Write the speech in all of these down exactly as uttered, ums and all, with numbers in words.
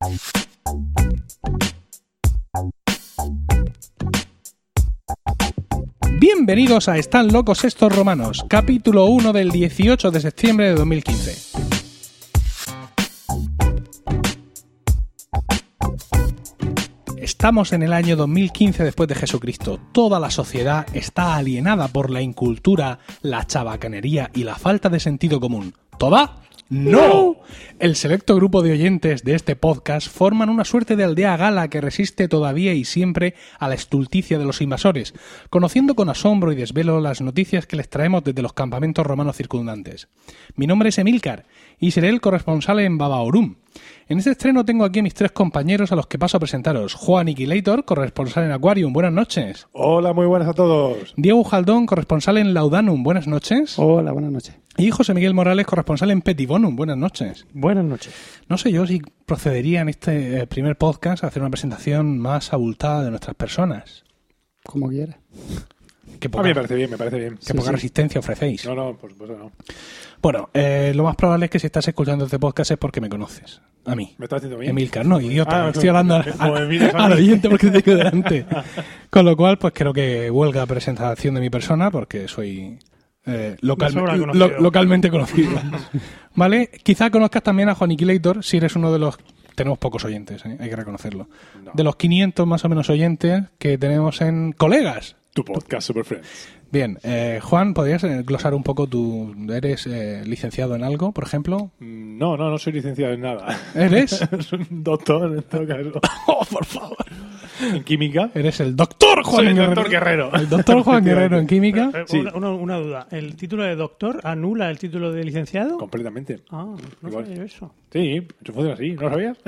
Bienvenidos a Están locos estos romanos, capítulo uno del dieciocho de septiembre de dos mil quince. Estamos en el año dos mil quince después de Jesucristo. Toda la sociedad está alienada por la incultura, la chabacanería y la falta de sentido común. ¿Toda? ¡No! El selecto grupo de oyentes de este podcast forman una suerte de aldea gala que resiste todavía y siempre a la estulticia de los invasores, conociendo con asombro y desvelo las noticias que les traemos desde los campamentos romanos circundantes. Mi nombre es Emilcar y seré el corresponsal en Babaorum. En este estreno tengo aquí a mis tres compañeros a los que paso a presentaros. Juan Iquilator, corresponsal en Aquarium, buenas noches. Hola, muy buenas a todos. Diego Jaldón, corresponsal en Laudanum, buenas noches. Hola, buenas noches. Y José Miguel Morales, corresponsal en Petibonum, buenas noches. Buenas noches. No sé yo si procedería en este eh, primer podcast a hacer una presentación más abultada de nuestras personas. Como quieras. Qué poca, a mí me parece bien, me parece bien. Qué sí, poca sí. resistencia ofrecéis. No, no, por supuesto no. Bueno, eh, lo más probable es que si estás escuchando este podcast es porque me conoces. A mí. ¿Me estás haciendo bien? Emilcar, no, idiota. Ah, estoy hablando a, a, a, al oyente porque te tengo delante. Con lo cual, pues creo que huelga presentación de mi persona porque soy eh, local, lo, localmente conocido. ¿Vale? Quizá conozcas también a Juan Iquilator si eres uno de los... Tenemos pocos oyentes, ¿eh? Hay que reconocerlo. No. De los quinientos más o menos oyentes que tenemos en Colegas. Tu podcast, Super Friends. Bien, eh, Juan, ¿podrías glosar un poco? ¿Tú eres eh, licenciado en algo, por ejemplo? No, no, no soy licenciado en nada. ¿Eres? Soy un doctor en todo caso. ¡Oh, por favor! ¿En química? Eres el doctor Juan soy el Guerrero. doctor Guerrero. El doctor Juan Guerrero en química. Pero, sí. una, una duda, ¿el título de doctor anula el título de licenciado? Completamente. Ah, no Igual. sabía eso. Sí, eso funciona así, ¿no lo sabías?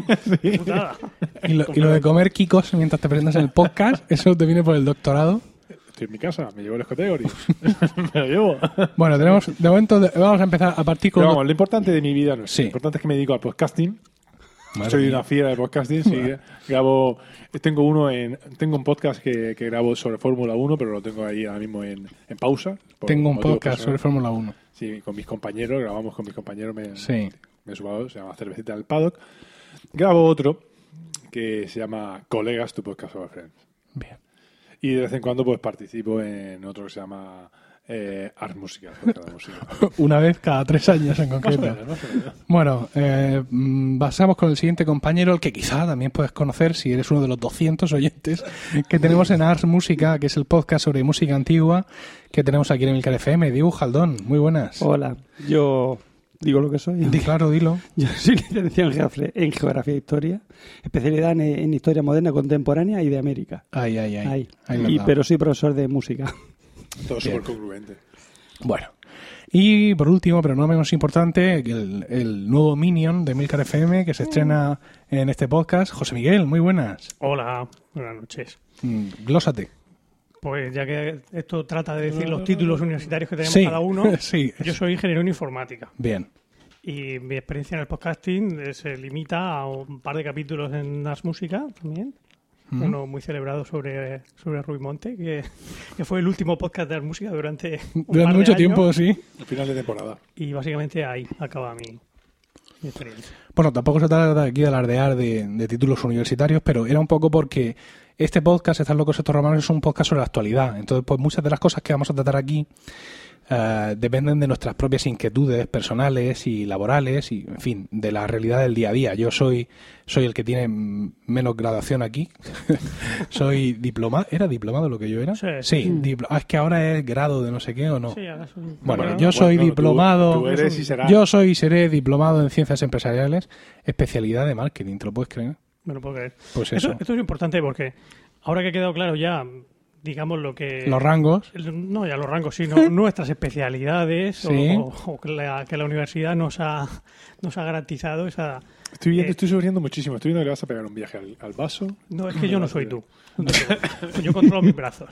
Sí. Putada. Y lo, y lo de comer kikos mientras te presentas en el podcast, ¿eso te viene por el doctorado? Estoy en mi casa, me llevo el escote me lo llevo. Bueno, tenemos, de momento de, vamos a empezar a partir con... Pero vamos, lo importante de mi vida no es sí. Lo importante es que me dedico al podcasting. Madre Soy mía. una fiera de podcasting, sí, grabo, tengo uno en, tengo un podcast que, que grabo sobre Fórmula uno, pero lo tengo ahí ahora mismo en, en pausa. Tengo un podcast sobre Fórmula uno. Sí, con mis compañeros, grabamos con mis compañeros, me, sí. me he sumado, se llama Cervecita del Paddock. Grabo otro que se llama Colegas, tu podcast sobre Friends. Bien. Y de vez en cuando pues participo en otro que se llama eh, Ars Música, de música. Una vez cada tres años en concreto. Más o menos, más o menos. Bueno, eh, pasamos con el siguiente compañero, el que quizá también puedes conocer si eres uno de los doscientos oyentes que tenemos en Ars Música, que es el podcast sobre música antigua que tenemos aquí en Emilcar F M. Diego Jaldón, muy buenas. Hola, yo digo lo que soy. Di, claro, dilo. Yo soy licenciado en geografía, en geografía e historia, especialidad en, en historia moderna, contemporánea y de América. Ay, ay, ay. Ahí. Ahí y, pero soy profesor de música. Todo súper congruente. Bueno. Y por último, pero no menos importante, el, el nuevo Minion de Emilcar F M que se estrena en este podcast. José Miguel, muy buenas. Hola, buenas noches. Mm, glósate. Pues ya que esto trata de decir los títulos universitarios que tenemos sí, cada uno, sí. Yo soy ingeniero en informática. Bien. Y mi experiencia en el podcasting se limita a un par de capítulos en Ars Música también. Uh-huh. Uno muy celebrado sobre, sobre Rui Monte, que, que fue el último podcast de Ars Música durante un Durante par de mucho años. tiempo, sí. El final de temporada. Y básicamente ahí acaba mi, mi experiencia. Bueno, tampoco se trata aquí de alardear de, de títulos universitarios, pero era un poco porque este podcast, Están locos estos romanos, es un podcast sobre la actualidad. Entonces, pues muchas de las cosas que vamos a tratar aquí uh, dependen de nuestras propias inquietudes personales y laborales y, en fin, de la realidad del día a día. Yo soy soy el que tiene menos graduación aquí. Soy diplomado. ¿Era diplomado lo que yo era? Sí. Sí. Diplo- ah, es que ahora es grado de no sé qué o no. Sí, ahora soy... Bueno, Bueno, yo soy bueno, diplomado. Tú, tú eres y serás. Yo soy y seré diplomado en ciencias empresariales, especialidad de marketing, ¿te lo puedes creer? Me lo puedo creer. Pues Esto, eso. esto es importante porque ahora que ha quedado claro ya, digamos, lo que... Los rangos. No, ya los rangos, sino nuestras especialidades Sí. o, o- o que, la, que la universidad nos ha, nos ha garantizado esa... Estoy viendo, eh, estoy sufriendo muchísimo. Estoy viendo que le vas a pegar un viaje al, al vaso. No, es que yo no soy tú. Yo controlo mis brazos.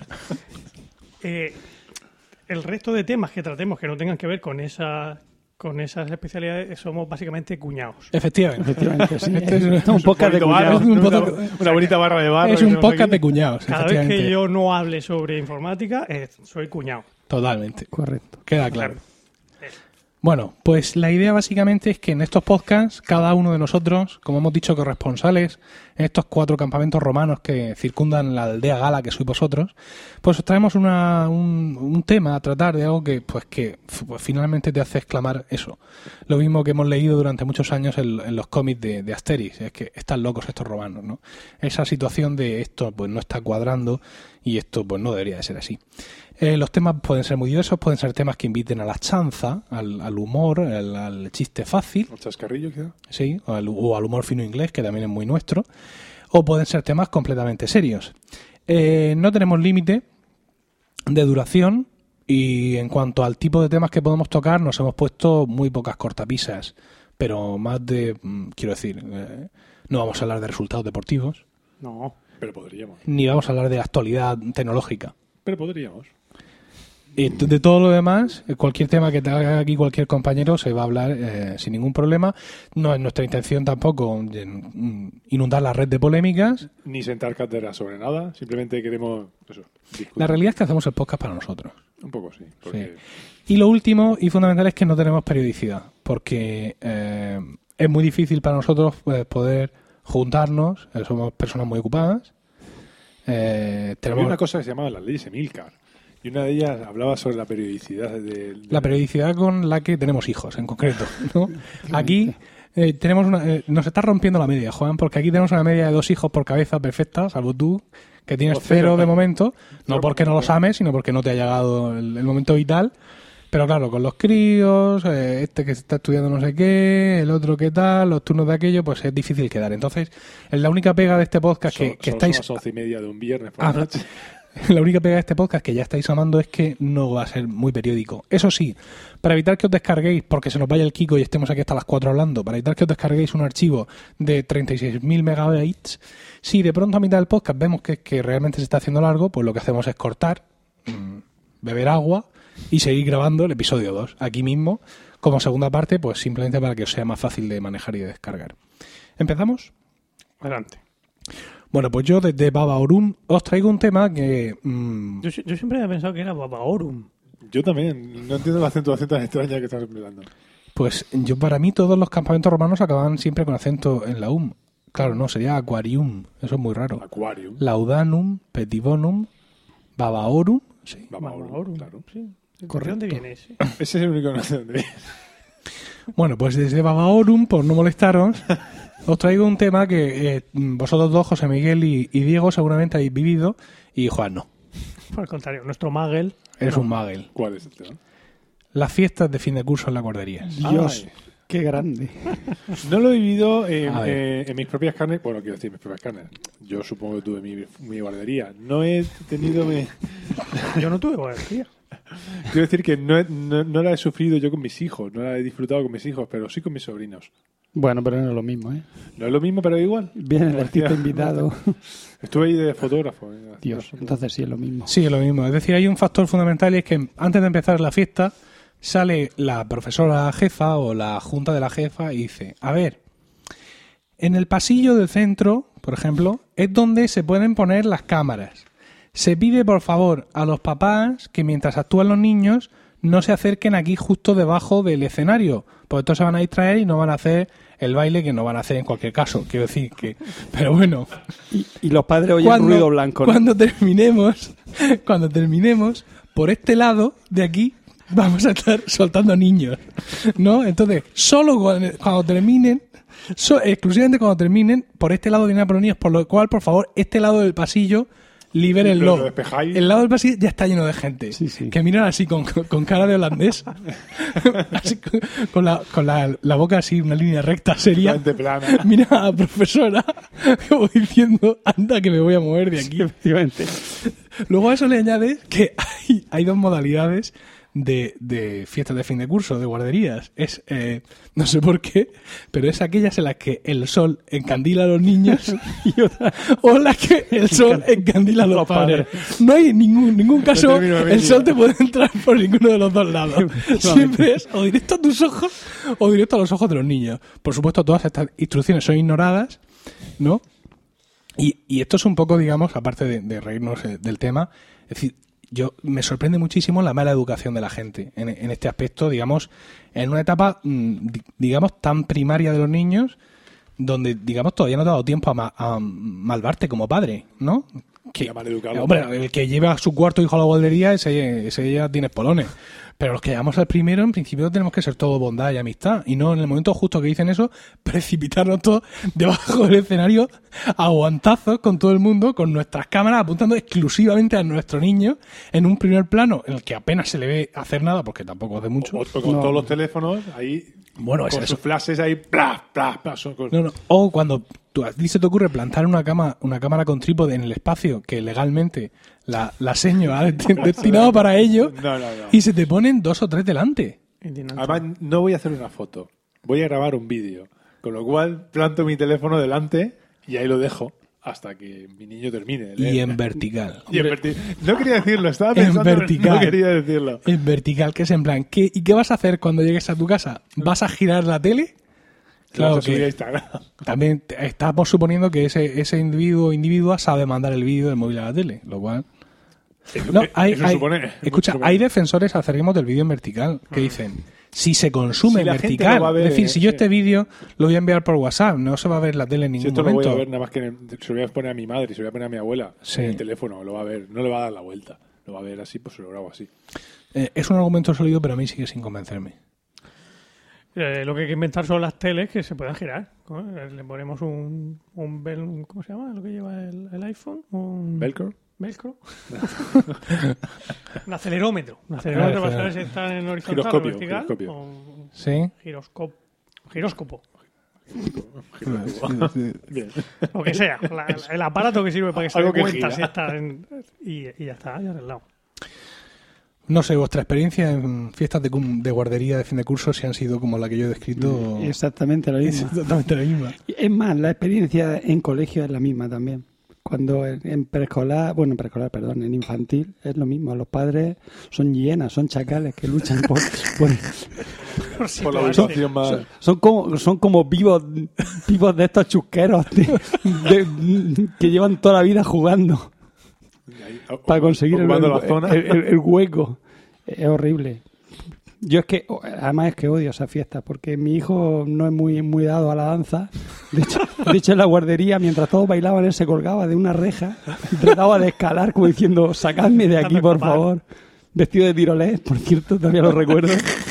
Eh, el resto de temas que tratemos que no tengan que ver con esa... Con esas especialidades somos básicamente cuñados. Efectivamente. Efectivamente, sí. Este es, Es un podcast de bonito barro, cuñados. un una, podcast- una bonita barra de barro. es que un tenemos podcast aquí. de cuñados, Cada vez efectivamente. que yo no hable sobre informática, eh, soy cuñado. Totalmente. Correcto. Queda claro. Bueno, pues la idea básicamente es que en estos podcasts, cada uno de nosotros, como hemos dicho, corresponsales en estos cuatro campamentos romanos que circundan la aldea gala que sois vosotros, pues os traemos una, un, un tema a tratar de algo que, pues que pues, finalmente te hace exclamar eso. Lo mismo que hemos leído durante muchos años en, en los cómics de, de Asterix, es que están locos estos romanos, ¿no? Esa situación de esto pues no está cuadrando y esto pues no debería de ser así. Eh, los temas pueden ser muy diversos, pueden ser temas que inviten a la chanza, al, al humor, al, al chiste fácil. ¿Un chascarrillo quizá? Sí, o al, o al humor fino inglés, que también es muy nuestro. O pueden ser temas completamente serios. Eh, no tenemos límite de duración y en cuanto al tipo de temas que podemos tocar nos hemos puesto muy pocas cortapisas, pero más de, quiero decir, eh, no vamos a hablar de resultados deportivos. No. Pero podríamos. Ni vamos a hablar de actualidad tecnológica. Pero podríamos. Y de todo lo demás, cualquier tema que te haga aquí cualquier compañero se va a hablar eh, sin ningún problema. No es nuestra intención tampoco inundar la red de polémicas. Ni sentar cátedra sobre nada. Simplemente queremos eso, discutir. La realidad es que hacemos el podcast para nosotros. Un poco sí. Porque... sí. Y lo último y fundamental es que no tenemos periodicidad. Porque eh, es muy difícil para nosotros pues, poder juntarnos. Eh, somos personas muy ocupadas. Eh, tenemos Había una cosa que se llamaba las leyes Emilcar. Y una de ellas hablaba sobre la periodicidad de, de... La periodicidad con la que tenemos hijos, en concreto, ¿no? Aquí eh, tenemos una, eh, nos está rompiendo la media, Juan, porque aquí tenemos una media de dos hijos por cabeza perfecta, salvo tú, que tienes cero, cero de momento, no porque no los ames, sino porque no te ha llegado el, el momento vital. Pero claro, con los críos, eh, este que está estudiando no sé qué, el otro qué tal, los turnos de aquello, pues es difícil quedar. Entonces, es la única pega de este podcast que, son, que son estáis... Son las once y media de un viernes por ah, la noche. La única pega de este podcast que ya estáis amando es que no va a ser muy periódico. Eso sí, para evitar que os descarguéis, porque se nos vaya el Kiko y estemos aquí hasta las cuatro hablando, para evitar que os descarguéis un archivo de treinta y seis mil megabytes, si de pronto a mitad del podcast vemos que, que realmente se está haciendo largo, pues lo que hacemos es cortar, mmm, beber agua y seguir grabando el episodio dos, aquí mismo, como segunda parte, pues simplemente para que os sea más fácil de manejar y de descargar. ¿Empezamos? Adelante. Bueno, pues yo desde Babaorum os traigo un tema que... Mmm... Yo, yo siempre había pensado que era Babaorum. Yo también. No entiendo la acentuación tan extraña que estás empleando. Pues yo para mí todos los campamentos romanos acababan siempre con acento en la um. Claro, no, sería aquarium. Eso es muy raro. Aquarium. Laudanum, petibonum, Babaorum. Sí. Babaorum, Babaorum, claro. Sí. ¿De Correcto. dónde viene ese? Ese es el único que no sé dónde viene. Bueno, pues desde Babaorum, por no molestaros, os traigo un tema que eh, vosotros dos, José Miguel y, y Diego, seguramente habéis vivido, y Juan no. Por el contrario, nuestro Magel. Eres no. un magel. ¿Cuál es el tema? Las fiestas de fin de curso en la guardería. Dios, Ay. qué grande. No lo he vivido en, A ver. eh, en mis propias carnes. Bueno, quiero decir mis propias carnes. Yo supongo que tuve mi, mi guardería. No he tenido... Mi... Yo no tuve guardería. Quiero decir que no, he- no, no la he sufrido yo con mis hijos. No la he disfrutado con mis hijos, pero sí con mis sobrinos. Bueno, pero no es lo mismo, ¿eh? No es lo mismo, pero igual. Viene el artista Hostia. invitado. Estuve ahí de fotógrafo. eh, Dios, haciendo- entonces sí es lo mismo. Sí, es lo mismo. Es decir, hay un factor fundamental y es que antes de empezar la fiesta sale la profesora jefa o la junta de la jefa y dice, a ver, en el pasillo del centro, por ejemplo, es donde se pueden poner las cámaras. Se pide, por favor, a los papás que mientras actúan los niños no se acerquen aquí justo debajo del escenario, porque entonces se van a distraer y no van a hacer el baile que no van a hacer en cualquier caso. Quiero decir que... Pero bueno... Y, y los padres oyen ruido blanco, ¿no? Cuando terminemos, cuando terminemos, por este lado de aquí vamos a estar soltando niños, ¿no? Entonces, solo cuando, cuando terminen, so- exclusivamente cuando terminen, por este lado vienen a por los niños, por lo cual, por favor, este lado del pasillo, libérenlo. Lo despejáis. El lado del pasillo ya está lleno de gente, Sí, sí. que miran así con, con, con cara de holandés, así, con, con la, con la, la boca así, una línea recta, seria. Bastante plana. Mira a la profesora como diciendo, anda que me voy a mover de aquí. Efectivamente. Luego a eso le añades que hay, hay dos modalidades de, de fiestas de fin de curso, de guarderías. Es, eh, no sé por qué, pero es aquellas en las que el sol encandila a los niños Y otra, o las que el sol encandila a los Los padres. padres. No hay ningún ningún caso termino de ver el ni sol nada. te puede entrar por ninguno de los dos lados. Siempre es o directo a tus ojos o directo a los ojos de los niños. Por supuesto, todas estas instrucciones son ignoradas, ¿no? Y, y esto es un poco, digamos, aparte de, de reírnos eh, del tema, es decir, yo me sorprende muchísimo la mala educación de la gente en, en este aspecto, digamos, en una etapa, digamos, tan primaria de los niños, donde, digamos, todavía no te ha dado tiempo a, ma, a malvarte como padre, ¿no? Que, hombre, el que lleva a su cuarto hijo a la guardería, ese, ese ya tiene espolones. Pero los que llegamos al primero, en principio tenemos que ser todo bondad y amistad. Y no en el momento justo que dicen eso, precipitarnos todos debajo del escenario a guantazos con todo el mundo, con nuestras cámaras apuntando exclusivamente a nuestro niño en un primer plano en el que apenas se le ve hacer nada, porque tampoco hace mucho. O, o con no. todos los teléfonos ahí, bueno, con es sus flashes ahí, bla, bla, bla. Son no, no. O cuando tú, a ti se te ocurre plantar una cama, una cámara con trípode en el espacio que legalmente la, la seño ha destinado para ello, no, no, no. y se te ponen dos o tres delante. Además, no voy a hacer una foto, voy a grabar un vídeo, con lo cual planto mi teléfono delante y ahí lo dejo hasta que mi niño termine de leer. Y en vertical. Y en verti- no quería decirlo, estaba pensando, en vertical. No quería decirlo. En vertical, que es en plan, ¿qué, ¿y qué vas a hacer cuando llegues a tu casa? ¿Vas a girar la tele? Claro que también estamos suponiendo que ese, ese individuo o individua sabe mandar el vídeo del móvil a la tele, lo cual... No, hay, eso hay, supone, escucha, supone. hay defensores acerrimos del vídeo en vertical que dicen, si se consume si en vertical, ver, es decir, si sí. yo este vídeo lo voy a enviar por WhatsApp, no se va a ver la tele en ningún si esto momento. lo voy a ver nada más que en el, se lo voy a poner a mi madre, se lo voy a poner a mi abuela sí. en el teléfono, lo va a ver, no le va a dar la vuelta, lo va a ver así, pues se lo grabo así. Eh, es un argumento sólido, pero a mí sigue sin convencerme. Eh, lo que hay que inventar son las teles que se puedan girar. ¿no? Le ponemos un, un, bel, un ¿cómo se llama? Lo que lleva el, el iPhone. Un ¿Velcro? ¿Velcro? un acelerómetro. Un acelerómetro para saber si están en horizontal giroscopio, o vertical. Giroscopio. O ¿Sí? Giroscop, giróscopo. Bien. Lo que sea. La, el aparato que sirve para que se Algo dé que cuenta gira. si está en... Y, y ya está, ya arreglado. No sé, vuestra experiencia en fiestas de, de guardería de fin de curso, si han sido como la que yo he descrito. Exactamente la misma. Exactamente la misma. Es más, la experiencia en colegio es la misma también. Cuando en, en preescolar, bueno, en preescolar, perdón, en infantil es lo mismo. Los padres son hienas, son chacales que luchan por, por, Por, por la ubicación más... son, son como son como vivos vivos de estos chusqueros de, de, que llevan toda la vida jugando para conseguir el, la zona. el, el, el hueco. Es horrible. Yo es que, además es que odio esas fiestas, porque mi hijo no es muy, muy dado a la danza. De hecho, de hecho, en la guardería, mientras todos bailaban, él se colgaba de una reja y trataba de escalar como diciendo, sacadme de aquí, por favor. Vestido de tirolés, por cierto, todavía lo recuerdo.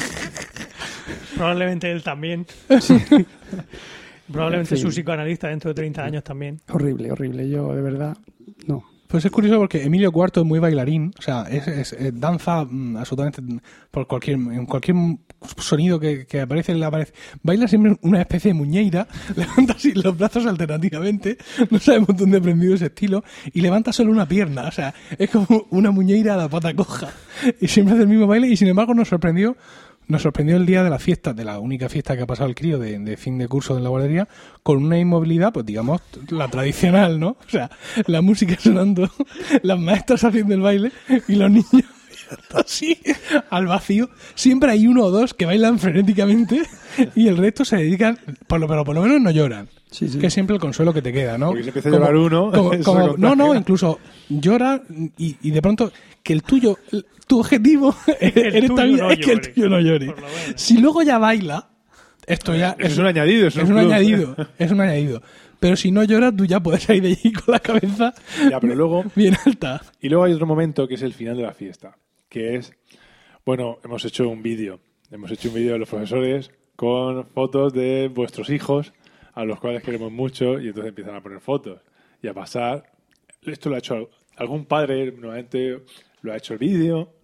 Probablemente él también. Sí. Probablemente En fin. su psicoanalista dentro de treinta años también. Horrible, horrible. Yo, de verdad, no. Pues es curioso porque Emilio Cuarto es muy bailarín, o sea, es, es, es danza mm, absolutamente por cualquier en cualquier sonido que, que aparece, le aparece. Baila siempre una especie de muñeira, levanta así los brazos alternativamente, no sabemos dónde ha aprendido ese estilo, y levanta solo una pierna, o sea, es como una muñeira a la pata coja, y siempre hace el mismo baile, y sin embargo nos sorprendió Nos sorprendió el día de la fiesta, de la única fiesta que ha pasado el crío de, de fin de curso en la guardería, con una inmovilidad, pues digamos, la tradicional, ¿no? O sea, la música sonando, las maestras haciendo el baile y los niños así, al vacío. Siempre hay uno o dos que bailan frenéticamente y el resto se dedican, por lo, pero por lo menos no lloran. Sí, sí. Que es siempre el consuelo que te queda, ¿no? Porque si empieza a llorar uno... como- eso como- se no, no, contagia. incluso llora y, y de pronto que el tuyo, el- tu objetivo el en esta tuyo vida no es que el llore, tuyo no llore. por lo menos. Si luego ya baila, esto ya Eso es un añadido, eso es es un un plus. añadido, es un añadido. Pero si no lloras, tú ya puedes salir de allí con la cabeza Ya, pero luego... bien alta. Y luego hay otro momento que es el final de la fiesta, que es, bueno, hemos hecho un vídeo, hemos hecho un vídeo de los profesores con fotos de vuestros hijos, a los cuales queremos mucho, y entonces empiezan a poner fotos y a pasar. Esto lo ha hecho algún padre, normalmente lo ha hecho el vídeo.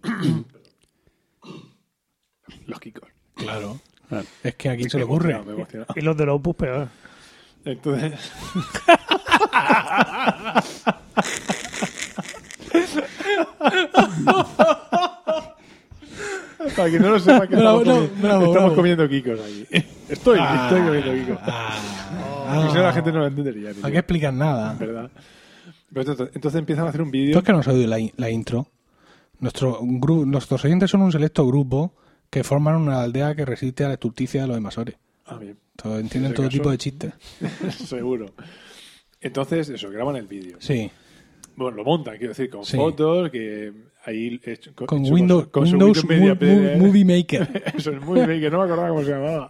Los Kikos. Claro. Es que a quién se le ocurre. Me he emocionado. Y los del Opus peor. Entonces... Para que no lo sepa que Bravo, estamos, no, comiendo, bravo, estamos bravo. comiendo Kikos ahí. Estoy, Ah, estoy comiendo Kikos. ah, Porque si no la gente no lo entendería. ni ¿Para yo, qué explicar nada? ¿verdad? Pero entonces, entonces empiezan a hacer un ¿Tú vídeo. es que no has oído la, in- la intro? Nuestro gru- nuestros oyentes son un selecto grupo que forman una aldea que resiste a la estulticia de los invasores. Ah, bien. Todo- entienden ese todo caso- tipo de chistes. Seguro. Entonces, eso, graban el vídeo. Sí. Bueno, lo montan, quiero decir, con Sí. fotos, que ahí... hecho- Con hecho Windows, su- con su Windows Media Mo- Player. Mo- Movie Maker. Eso es muy bien, que no me acordaba cómo se llamaba.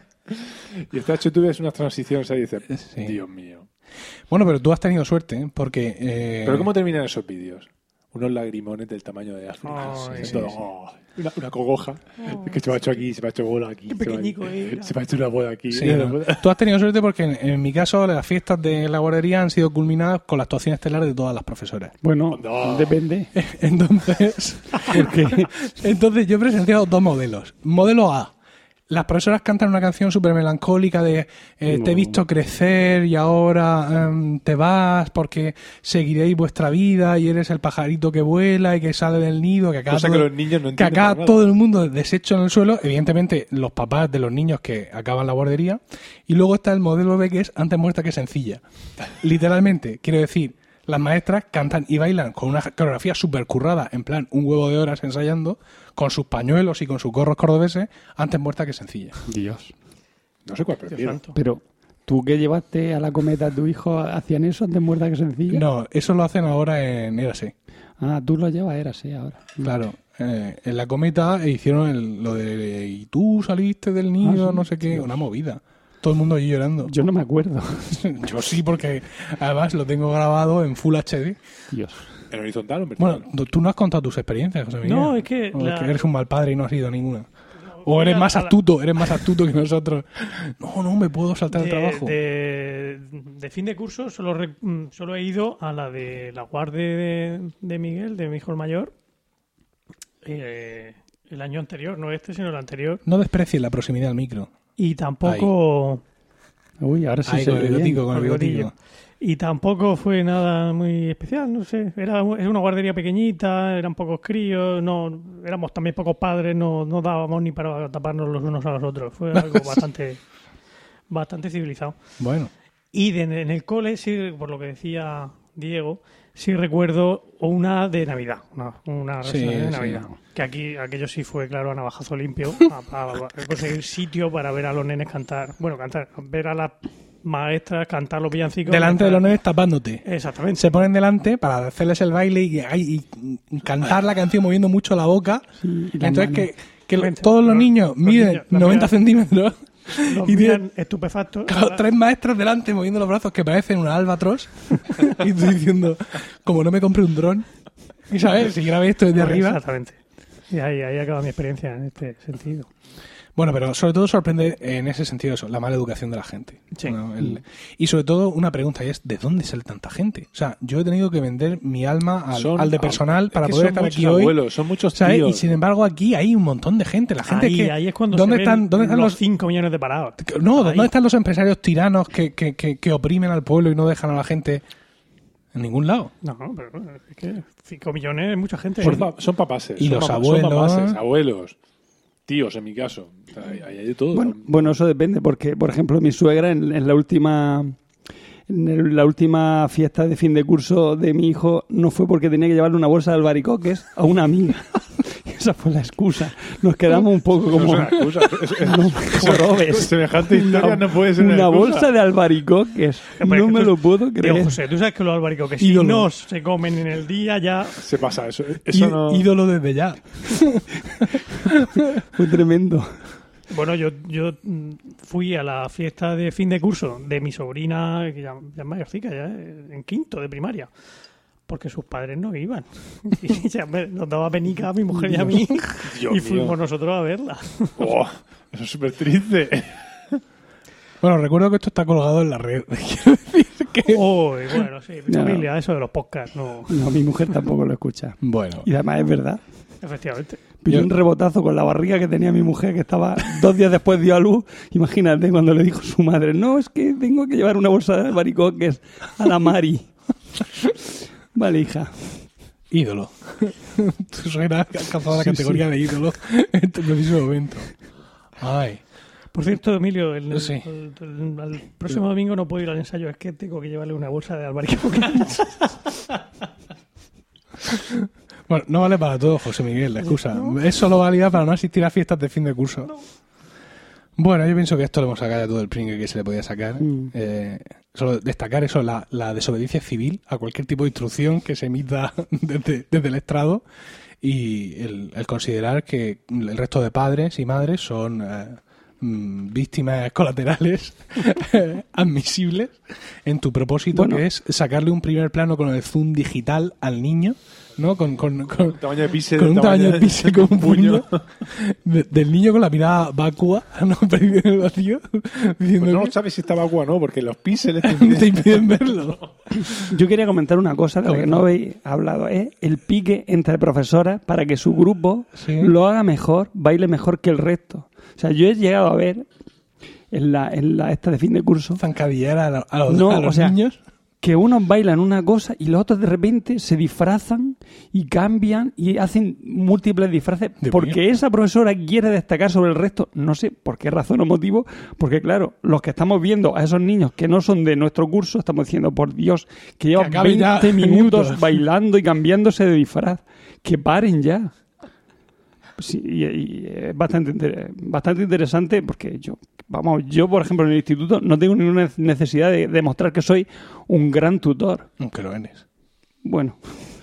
Y está hecho, tú ves unas transiciones ahí y dices, Sí. Dios mío. Bueno, pero tú has tenido suerte, ¿eh? Porque... eh, ¿Pero cómo terminan esos vídeos? Unos lagrimones del tamaño de África. Ay, Sí, todo, sí. oh, una, una cogoja. Es que se me ha hecho aquí, se me ha hecho bola aquí. Qué se me ha- pequeñico era. Se me ha hecho una bola aquí. Sí, ¿no? Tú has tenido suerte porque en, en mi caso las fiestas de la guardería han sido culminadas con la actuación estelar de todas las profesoras. Bueno, No. depende. Entonces, porque, entonces yo he presenciado dos modelos. Modelo A. Las profesoras cantan una canción súper melancólica de eh, te he No. visto crecer y ahora em, te vas porque seguiréis vuestra vida y eres el pajarito que vuela y que sale del nido, que acá, Cosa todo, que los niños no que entienden acá para nada. todo el mundo deshecho en el suelo. Evidentemente los papás de los niños que acaban la guardería. Y luego está el modelo B, que es antes muerta que sencilla. Literalmente, quiero decir, las maestras cantan y bailan con una coreografía súper currada, en plan un huevo de horas ensayando, con sus pañuelos y con sus gorros cordobeses, antes muerta que sencilla. Dios. No sé cuál Dios prefiero. santo. Pero, ¿tú que llevaste a la cometa a tu hijo hacían eso antes muerta que sencilla? No, eso lo hacen ahora en Érase. Ah, tú lo llevas, era así ahora. Claro. Eh, en la cometa hicieron el- lo de y tú saliste del nido, Ah, sí. no sé qué, una movida. Todo el mundo allí llorando. Yo no me acuerdo. Yo sí, porque además lo tengo grabado en Full H D. Dios. ¿En horizontal o en vertical? Bueno, tú- tú no has contado tus experiencias, José Miguel. No, es que O la- que eres un mal padre y no has ido a ninguna. O eres la- más la- astuto, eres más astuto que nosotros. No, no, me puedo saltar el de, trabajo. de, de fin de curso solo, re- mm, solo he ido a la de la guardia de, de Miguel, de mi hijo el mayor, eh, el año anterior, no este, sino el anterior. No desprecies la proximidad al micro. Y tampoco... Uy, ahora sí Ahí se con ve el bien. bigotico, con el Con el bigotico. bigotillo. Y tampoco fue nada muy especial, no sé. Era, era una guardería pequeñita, eran pocos críos, no éramos también pocos padres, no, no dábamos ni para taparnos los unos a los otros. Fue algo bastante, bastante civilizado. Bueno, Y de- en el cole, sí, por lo que decía Diego, sí recuerdo una de Navidad, una, una Sí, reunión de sí. Navidad. Que aquí aquello sí fue, claro, a navajazo limpio, a, a- a conseguir sitio para ver a los nenes cantar. Bueno, cantar, ver a las maestras cantar los villancicos. delante de mientras- los nenes tapándote. Exactamente. Se ponen delante para hacerles el baile y, ay, y cantar la canción moviendo mucho la boca. Sí, y la Entonces mano. que, que lo- Vente, todos los los- niños los miden niños, la noventa mira- centímetros Los y miran tienen estupefactos. claro, tres maestros delante moviendo los brazos que parecen un albatros. Y tú diciendo, como no me compré un dron. Y sabes, si grabé esto desde arriba. Exactamente. Y ahí, ahí acaba mi experiencia en este sentido. Bueno, pero sobre todo sorprende en ese sentido eso, la mala educación de la gente. Sí. ¿no? El- y sobre todo una pregunta y es, ¿de dónde sale tanta gente? O sea, yo he tenido que vender mi alma al, Son- al de personal es para que poder son estar muchos aquí hoy. abuelos, son muchos ¿sabes? tíos. Y sin embargo aquí hay un montón de gente. La gente ahí, que, ahí es cuando ¿dónde se están, ven ¿dónde están los los cinco millones de parados. no, Ahí. ¿dónde están los empresarios tiranos que, que, que, que oprimen al pueblo y no dejan a la gente en ningún lado? No, pero es que cinco millones es mucha gente. Son, pa- son papaces. Y son los papá- abuelos. Son papaces, abuelos. Tíos, en mi caso. O sea, hay, hay de todo. Bueno, bueno, eso depende, porque, por ejemplo, mi suegra en, en la última en el- la última fiesta de fin de curso de mi hijo no fue porque tenía que llevarle una bolsa de albaricoques a una amiga. Esa fue la excusa. Nos quedamos un poco No como, es una excusa. Es- es- no, jorobes. Semejante historia no puede ser una, Una excusa. bolsa de albaricoques. Pero es No que me tú- lo puedo Diego creer. José, tú sabes que los albaricoques, si Ídolo. no se comen en el día, ya. Se pasa eso. Eso Í- no... Ídolo desde ya. Fue tremendo. Bueno, yo, yo mm, fui a la fiesta de fin de curso de mi sobrina, que ya, ya es mayorcica, ya eh, en quinto de primaria, porque sus padres no iban. Y ya me- nos daba penica a mi mujer y a mí, Dios y fuimos mío. nosotros a verla. Oh, eso es súper triste. Bueno, recuerdo que esto está colgado en la red. Quiero decir que... Oh, y bueno, sí, mi No. familia, eso de los podcasts, no, No, mi mujer tampoco lo escucha. Bueno, Y además es verdad. efectivamente. Pilló Yo- un rebotazo con la barriga que tenía mi mujer, que estaba dos días después dio a luz. Imagínate cuando le dijo su madre, no, es que tengo que llevar una bolsa de albaricoques a la Mari. Vale, hija. ídolo. Tu suegra ha alcanzado la Sí, categoría de ídolo en este preciso momento. Ay. Por cierto, Emilio, el, el- Sí. el- el- el próximo domingo no puedo ir al ensayo, es que tengo que llevarle una bolsa de albaricoques. Bueno, no vale para todo, José Miguel, la excusa. Es solo válida para no asistir a fiestas de fin de curso. Bueno, yo pienso que esto lo hemos sacado ya todo el pringue que se le podía sacar. Mm. Eh, Solo destacar eso, la, la desobediencia civil a cualquier tipo de instrucción que se emita desde, desde el estrado y el, el considerar que el resto de padres y madres son eh, víctimas colaterales admisibles en tu propósito, bueno, que es sacarle un primer plano con el zoom digital al niño, ¿no? Con, con, con, un tamaño de píxel, con un tamaño, tamaño de píxel con un puño, puño. De, del niño con la mirada vacua, ¿no? Perdido en el vacío, diciendo pues no que... sabes si está vacua o no, porque los píxeles te impiden, te impiden verlo. Yo quería comentar una cosa de la que no habéis hablado, es ¿eh? el pique entre profesoras para que su grupo ¿sí? lo haga mejor, baile mejor que el resto. O sea, yo he llegado a ver en la, en la esta de fin de curso zancadillera a, a los, no, a los o sea, niños, que unos bailan una cosa y los otros de repente se disfrazan y cambian y hacen múltiples disfraces Dios porque mío. Esa profesora quiere destacar sobre el resto, no sé por qué razón o motivo, porque claro, los que estamos viendo a esos niños que no son de nuestro curso, estamos diciendo, por Dios, que llevan que veinte minutos bailando y cambiándose de disfraz, que paren ya. Sí, y, y es bastante, inter- bastante interesante porque yo, vamos, yo por ejemplo en el instituto no tengo ninguna necesidad de demostrar que soy un gran tutor. Aunque lo eres. Bueno.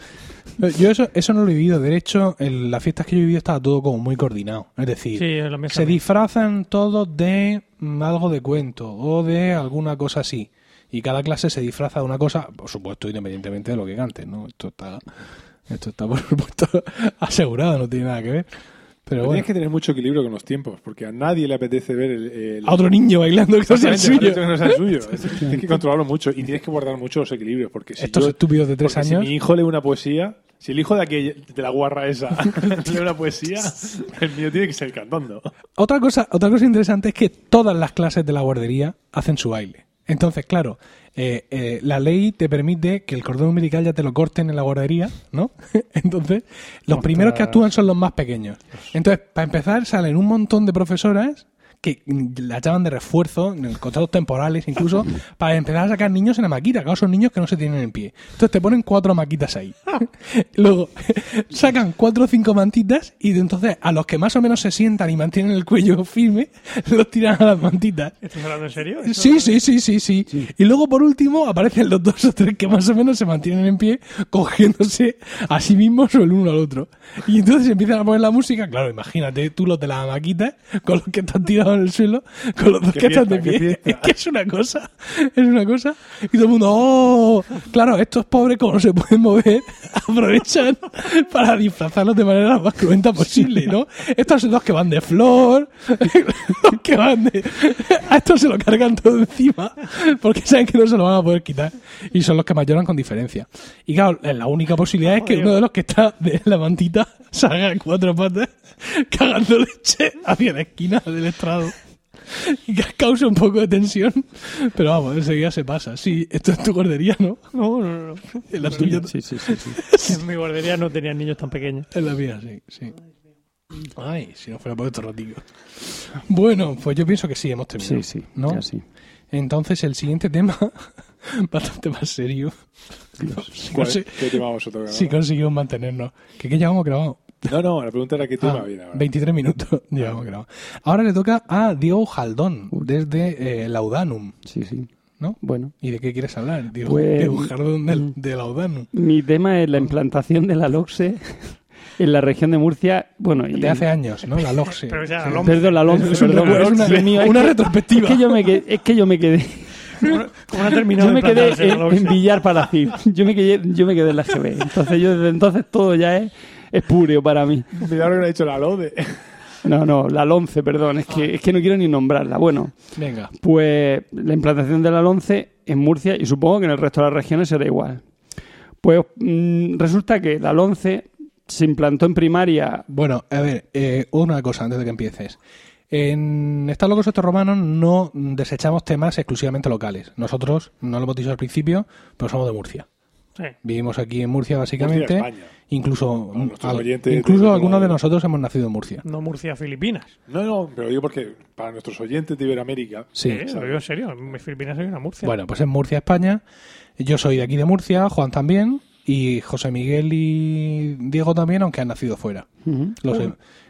Yo eso, eso no lo he vivido. De hecho, en las fiestas que yo he vivido estaba todo como muy coordinado. Es decir, sí, la mesa se mía. disfrazan todos de mm, algo de cuento o de alguna cosa así. Y cada clase se disfraza de una cosa, por supuesto, independientemente de lo que canten, ¿no? Esto está... Esto está, por supuesto, asegurado, no tiene nada que ver. Pero, Pero bueno. Tienes que tener mucho equilibrio con los tiempos, porque a nadie le apetece ver el, el... a otro niño bailando que no sea el suyo. Que no sea el suyo. Tienes que controlarlo mucho y tienes que guardar mucho los equilibrios. Porque si Estos yo, estúpidos de tres años... Si mi hijo lee una poesía, si el hijo de aquella, de la guarra esa lee una poesía, el mío tiene que ser cantando. Otra cosa, otra cosa interesante es que todas las clases de la guardería hacen su baile. Entonces, claro, eh, eh, la ley te permite que el cordón umbilical ya te lo corten en la guardería, ¿no? Entonces, los Ostras. primeros que actúan son los más pequeños. Entonces, para empezar, salen un montón de profesoras que la llaman de refuerzo, en contratos temporales incluso, para empezar a sacar niños en la maquita, que son niños que no se tienen en pie. Entonces te ponen cuatro maquitas ahí. Luego sacan cuatro o cinco mantitas y entonces a los que más o menos se sientan y mantienen el cuello firme, los tiran a las mantitas. ¿Estás hablando en serio? Sí, sí, sí, sí, sí, sí. Y luego por último aparecen los dos o tres que más o menos se mantienen en pie, cogiéndose a sí mismos o el uno al otro. Y entonces empiezan a poner la música, claro, imagínate tú los de la maquita con los que están tirados en el suelo, con los dos que están de pie. Es que es una cosa, es una cosa. Y todo el mundo, oh, claro, estos pobres como no se pueden mover, aprovechan para disfrazarlos de manera más cruenta posible, ¿no? Estos son los que van de flor, los que van de... A estos se lo cargan todo encima, porque saben que no se lo van a poder quitar. Y son los que más lloran con diferencia. Y claro, la única posibilidad es que uno de los que está de la mantita salga en cuatro patas, cagando leche hacia la esquina del estrado. Y que causa un poco de tensión, pero vamos, enseguida se pasa. Sí, esto es tu guardería, ¿no? No, no, no. En la tuya. Sí, sí, sí, sí. En mi guardería no tenían niños tan pequeños. En la mía, sí, sí. Ay, si no fuera por estos ratillos. Bueno, pues yo pienso que sí, hemos terminado. Sí, sí, ¿no? ya sí. Entonces, el siguiente tema, bastante más serio. Si, ¿Cuál, consi- ¿Qué tema vamos a tocar? si conseguimos mantenernos. ¿Qué, qué llevamos grabado? No, no, la pregunta era qué tema Ah, había. ahora. veintitrés minutos llevamos grabado. Ahora le toca a Diego Jaldón, desde eh, Laudanum, Sí, sí. ¿no? Bueno, ¿Y de qué quieres hablar? Diego, Pues- Diego Jaldón del- de Laudanum. mi tema es la implantación de la LOCSE en la región de Murcia. Bueno, y De hace años, ¿no? La LOGSE. Pero ya, Sí. la Perdón, la LOMCE, Es un perdón. recuerdo, es una- Dios mío, es una que- retrospectiva. Es que yo me quedé, es que yo me quedé, Como no ha terminado yo me de quedé implantarse la en, LOCSE. en Villar Palacín. Yo me quedé, yo me quedé en la G B. Entonces yo desde entonces todo ya es espúreo para mí. Cuidado que no ha dicho la LODE. No, no, la LOMCE, perdón, es que, es que no quiero ni nombrarla. Bueno, Venga. pues la implantación de la LOMCE en Murcia y supongo que en el resto de las regiones será igual. Pues mm, resulta que la LOMCE se implantó en primaria. Bueno, a ver, eh, una cosa antes de que empieces. En Están locos estos romanos no desechamos temas exclusivamente locales. Nosotros, no lo hemos dicho al principio, pero somos de Murcia. Sí. Vivimos aquí en Murcia, básicamente. Murcia, España. Incluso, A nuestros al- oyentes incluso de- algunos de nosotros hemos nacido en Murcia. No Murcia, Filipinas. No, no, pero digo porque para nuestros oyentes de Iberoamérica. Sí. Eh, lo digo en serio. Mis Filipinas hay una Murcia. Bueno, pues en Murcia, España. Yo soy de aquí de Murcia, Juan también, y José Miguel y Diego también, aunque han nacido fuera. Ujú. Lo sé.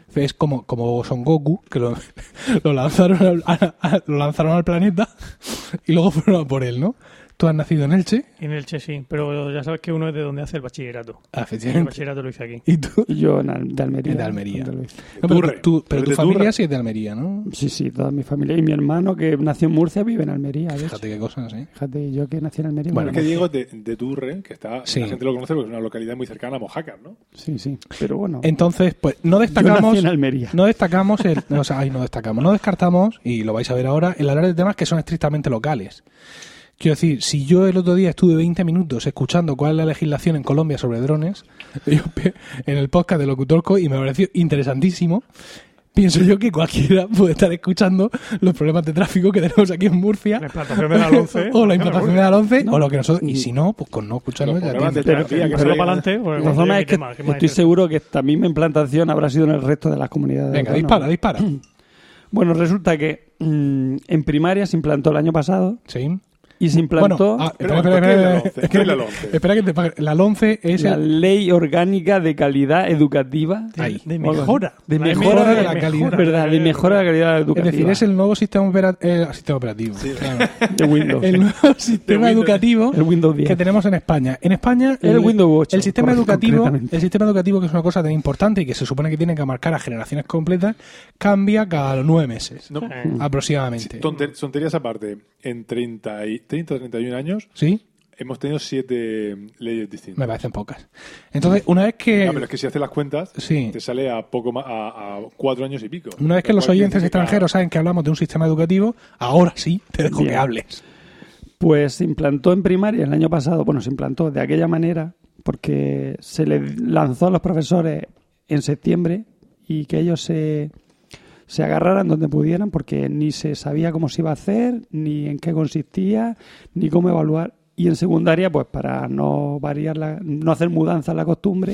Es como, como Son Goku, que lo, lo, lanzaron al, a, a, lo lanzaron al planeta y luego fueron a por él, ¿no? Tú has nacido en Elche. En Elche sí, pero ya sabes que uno es de donde hace el bachillerato. Ah, El efectivamente. bachillerato lo hice aquí. ¿Y tú? Y yo en Al- de Almería. De Almería. donde lo hice. No, pero Turre. tú- pero Eres tu de familia Turre. sí es de Almería, ¿no? Sí, sí, toda mi familia. Y mi hermano, que nació en Murcia, vive en Almería. De hecho. Fíjate qué cosas, ¿eh? Fíjate, y yo que nací en Almería. Bueno, Es me que lo Diego es de, de Turre, que está, Sí. la gente lo conoce porque es una localidad muy cercana a Mojácar, ¿no? Sí, sí. Pero bueno. Entonces, pues no yo destacamos... nací en Almería. No destacamos, el, o sea, ay, no destacamos, no descartamos, y lo vais a ver ahora, el hablar de temas que son estrictamente locales. Quiero decir, si yo el otro día estuve veinte minutos escuchando cuál es la legislación en Colombia sobre drones, yo pe- en el podcast de Locutorco, y me pareció interesantísimo, pienso yo que cualquiera puede estar escuchando los problemas de tráfico que tenemos aquí en Murcia, La implantación de la once. o la implantación de la once, No. o lo que nosotros, y si no, pues con no escucharnos Los ya problemas de tiene. Pero- tranvía que pero- se Pero ven- para adelante. pues, La bueno, zona ¿qué es que más? ¿Qué más estoy interesa? seguro que esta misma implantación habrá sido en el resto de las comunidades. Venga, autónomas. dispara, dispara. Bueno, resulta que mm, en primaria se implantó el año pasado Sí. y se implantó Bueno, ah, Pero, espera, ¿por qué espera, la espera, once? espera, ¿Qué es la espera, once? espera que te pague. La once es la el- Ley Orgánica de Calidad Educativa. Ahí. De O algo así. mejora. De La mejora de de la la calidad. ¿Verdad? De mejora de la calidad Es educativa. decir, es el nuevo sistema, opera- eh, sistema operativo. Claro. de Windows. El nuevo sistema Windows. educativo El Windows diez. que tenemos en España. En España, El Windows ocho, el sistema corre- educativo, concretamente. el sistema educativo, que es una cosa tan importante y que se supone que tiene que marcar a generaciones completas, cambia cada los nueve meses, No, Eh, aproximadamente. tonter- tonterías aparte, en treinta, y, treinta o treinta y un años ¿Sí? hemos tenido siete leyes distintas. Me parecen pocas. Entonces, una vez que No, pero es que si haces las cuentas, Sí. te sale a poco más, a, a cuatro años y pico. una vez que Lo los cual quiere oyentes decir que extranjeros saben que hablamos de un sistema educativo, ahora sí te dejo Bien. que hables. Pues se implantó en primaria el año pasado, bueno, se implantó de aquella manera porque se le lanzó a los profesores en septiembre y que ellos se, se agarraran donde pudieran porque ni se sabía cómo se iba a hacer, ni en qué consistía, ni cómo evaluar. Y en secundaria, pues para no variar, la, no hacer mudanza en la costumbre,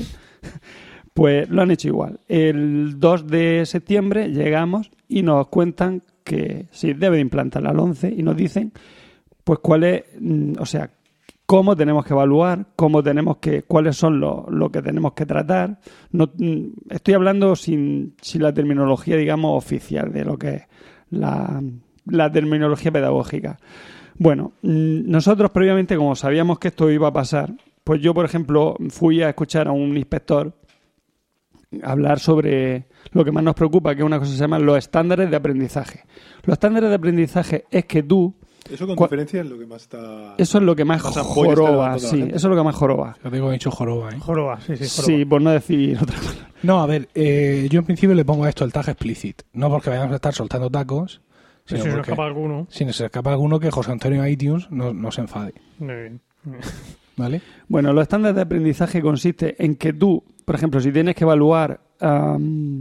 pues lo han hecho igual. El dos de septiembre llegamos y nos cuentan que sí debe de implantar la LOMCE y nos dicen pues cuál es, mm, o sea, cómo tenemos que evaluar, cómo tenemos que, cuáles son lo, lo que tenemos que tratar. No, mm, estoy hablando sin, sin la terminología, digamos, oficial de lo que es la, la terminología pedagógica. Bueno, mm, nosotros previamente, como sabíamos que esto iba a pasar, pues yo, por ejemplo, fui a escuchar a un inspector hablar sobre lo que más nos preocupa, que es una cosa que se llama los estándares de aprendizaje. Los estándares de aprendizaje es que tú, Eso con Cu- diferencia es lo que más está... eso es lo que más Más ampollas está joroba, levantando la sí, gente. eso es lo que más joroba. Yo tengo dicho joroba, ¿eh? Joroba, sí, sí, joroba. Sí, por no decir otra cosa. No, a ver, eh, yo en principio le pongo a esto el tag explicit. No porque vayamos a estar soltando tacos, Sí, sino si nos porque escapa alguno. si nos escapa alguno que José Antonio iTunes no, no se enfade. Muy bien. ¿Vale? Bueno, los estándares de aprendizaje consiste en que tú, por ejemplo, si tienes que evaluar, am,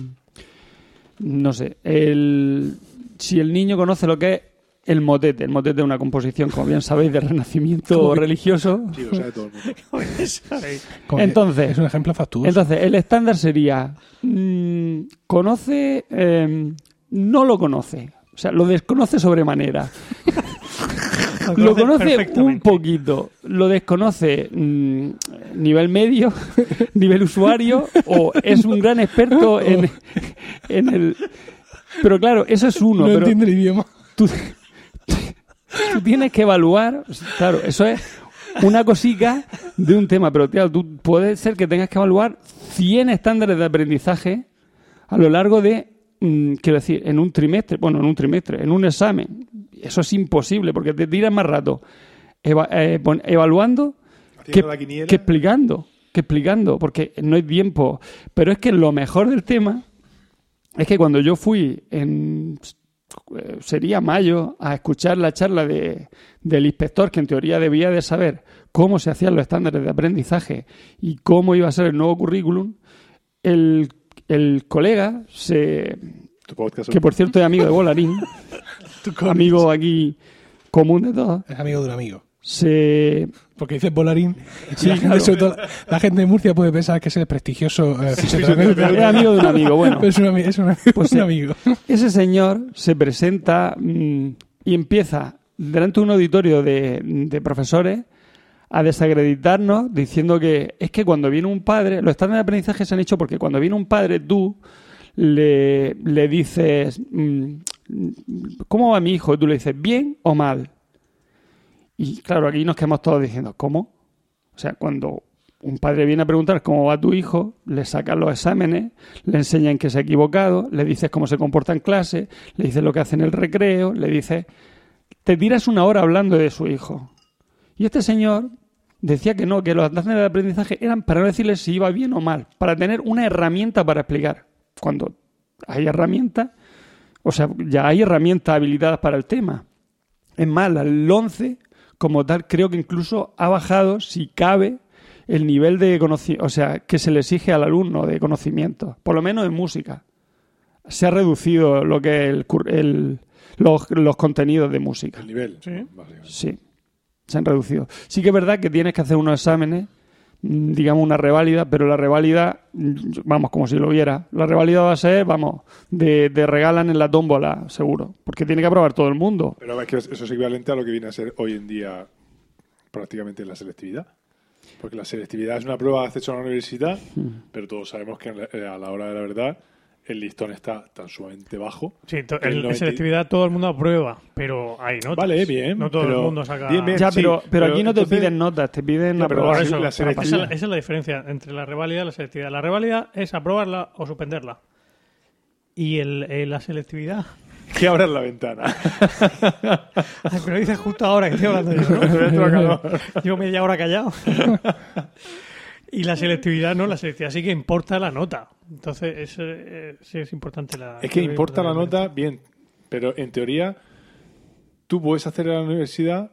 no sé, el, si el niño conoce lo que es el motete, el motete es una composición, como bien sabéis, de renacimiento ¿Cómo que- religioso. Sí, lo sabe todo el mundo. Como que Entonces- es un ejemplo factuoso. Entonces, el estándar sería, mm, conoce, em, no lo conoce, o sea, lo desconoce sobremanera. Lo conoce un perfectamente. poquito, lo desconoce mm, nivel medio, nivel usuario, o es un gran experto en, en el... Pero claro, eso es uno, no pero entiende el idioma. tú, tú tienes que evaluar, claro, eso es una cosica de un tema, pero claro, tú puede ser que tengas que evaluar cien estándares de aprendizaje a lo largo de, mm, quiero decir, en un trimestre, bueno, en un trimestre, en un examen. Eso es imposible porque te tiras más rato eva- eh, pon- evaluando que, Haciendo la quiniela. que explicando, que explicando, porque no hay tiempo. Pero es que lo mejor del tema es que cuando yo fui en eh, sería mayo a escuchar la charla de, del inspector, que en teoría debía de saber cómo se hacían los estándares de aprendizaje y cómo iba a ser el nuevo currículum, el, el colega se Tu podcast. que por cierto es amigo de Volarín, amigo aquí común de todos, Es amigo de un amigo. se... Porque dices Volarín. Sí, y la, gente, claro. sobre todo, la gente de Murcia puede pensar que es el prestigioso eh, fisioterapeuta. es amigo de un amigo. Bueno, Pero es un, ami- es un, ami- Pues un sí. amigo. ese señor se presenta mm, y empieza delante de un auditorio de, de profesores a desacreditarnos diciendo que es que cuando viene un padre, los estándares de aprendizaje se han hecho porque cuando viene un padre tú le, le dices, ¿cómo va mi hijo? Y tú le dices, ¿bien o mal? Y claro, aquí nos quedamos todos diciendo, ¿cómo? O sea, cuando un padre viene a preguntar cómo va tu hijo, le sacan los exámenes, le enseñan que se ha equivocado, le dices cómo se comporta en clase, le dices lo que hace en el recreo, le dices... Te tiras una hora hablando de su hijo. Y este señor decía que no, que los andantes de aprendizaje eran para no decirle si iba bien o mal, para tener una herramienta para explicar. Cuando hay herramientas, o sea, ya hay herramientas habilitadas para el tema. Es más, el once, como tal, creo que incluso ha bajado, si cabe, el nivel de conocimiento, o sea, que se le exige al alumno de conocimiento, por lo menos en música. Se ha reducido lo que es el, el, los, los contenidos de música. El nivel, Sí. básicamente. Sí, se han reducido. Sí que es verdad que tienes que hacer unos exámenes, digamos una reválida, pero la reválida, vamos, como si lo viera, la reválida va a ser, vamos, de, de regalan en la tómbola, seguro, porque tiene que aprobar todo el mundo. Pero es que eso es equivalente a lo que viene a ser hoy en día prácticamente la selectividad. Porque la selectividad es una prueba de acceso a la universidad, pero todos sabemos que a la hora de la verdad el listón está tan sumamente bajo. Sí, to- que el en, en noventa selectividad todo el mundo aprueba, pero hay notas. Vale, bien, No todo pero- el mundo saca... bien, bien. Ya, sí, pero, pero pero aquí no te entonces- piden notas, te piden Ya, pero aprobar. por Por eso, la esa, selectividad. es la, esa es la diferencia entre la reválida y la selectividad. La reválida es aprobarla o suspenderla. Y el, eh, la selectividad... Que abras la ventana. Ay, pero dices justo ahora que estoy hablando yo, ¿no? Llevo media hora callado. Y la selectividad no, la selectividad sí que importa la nota. Entonces, es, eh, sí es importante la... Es que importa la nota, bien, pero en teoría tú puedes hacer a la universidad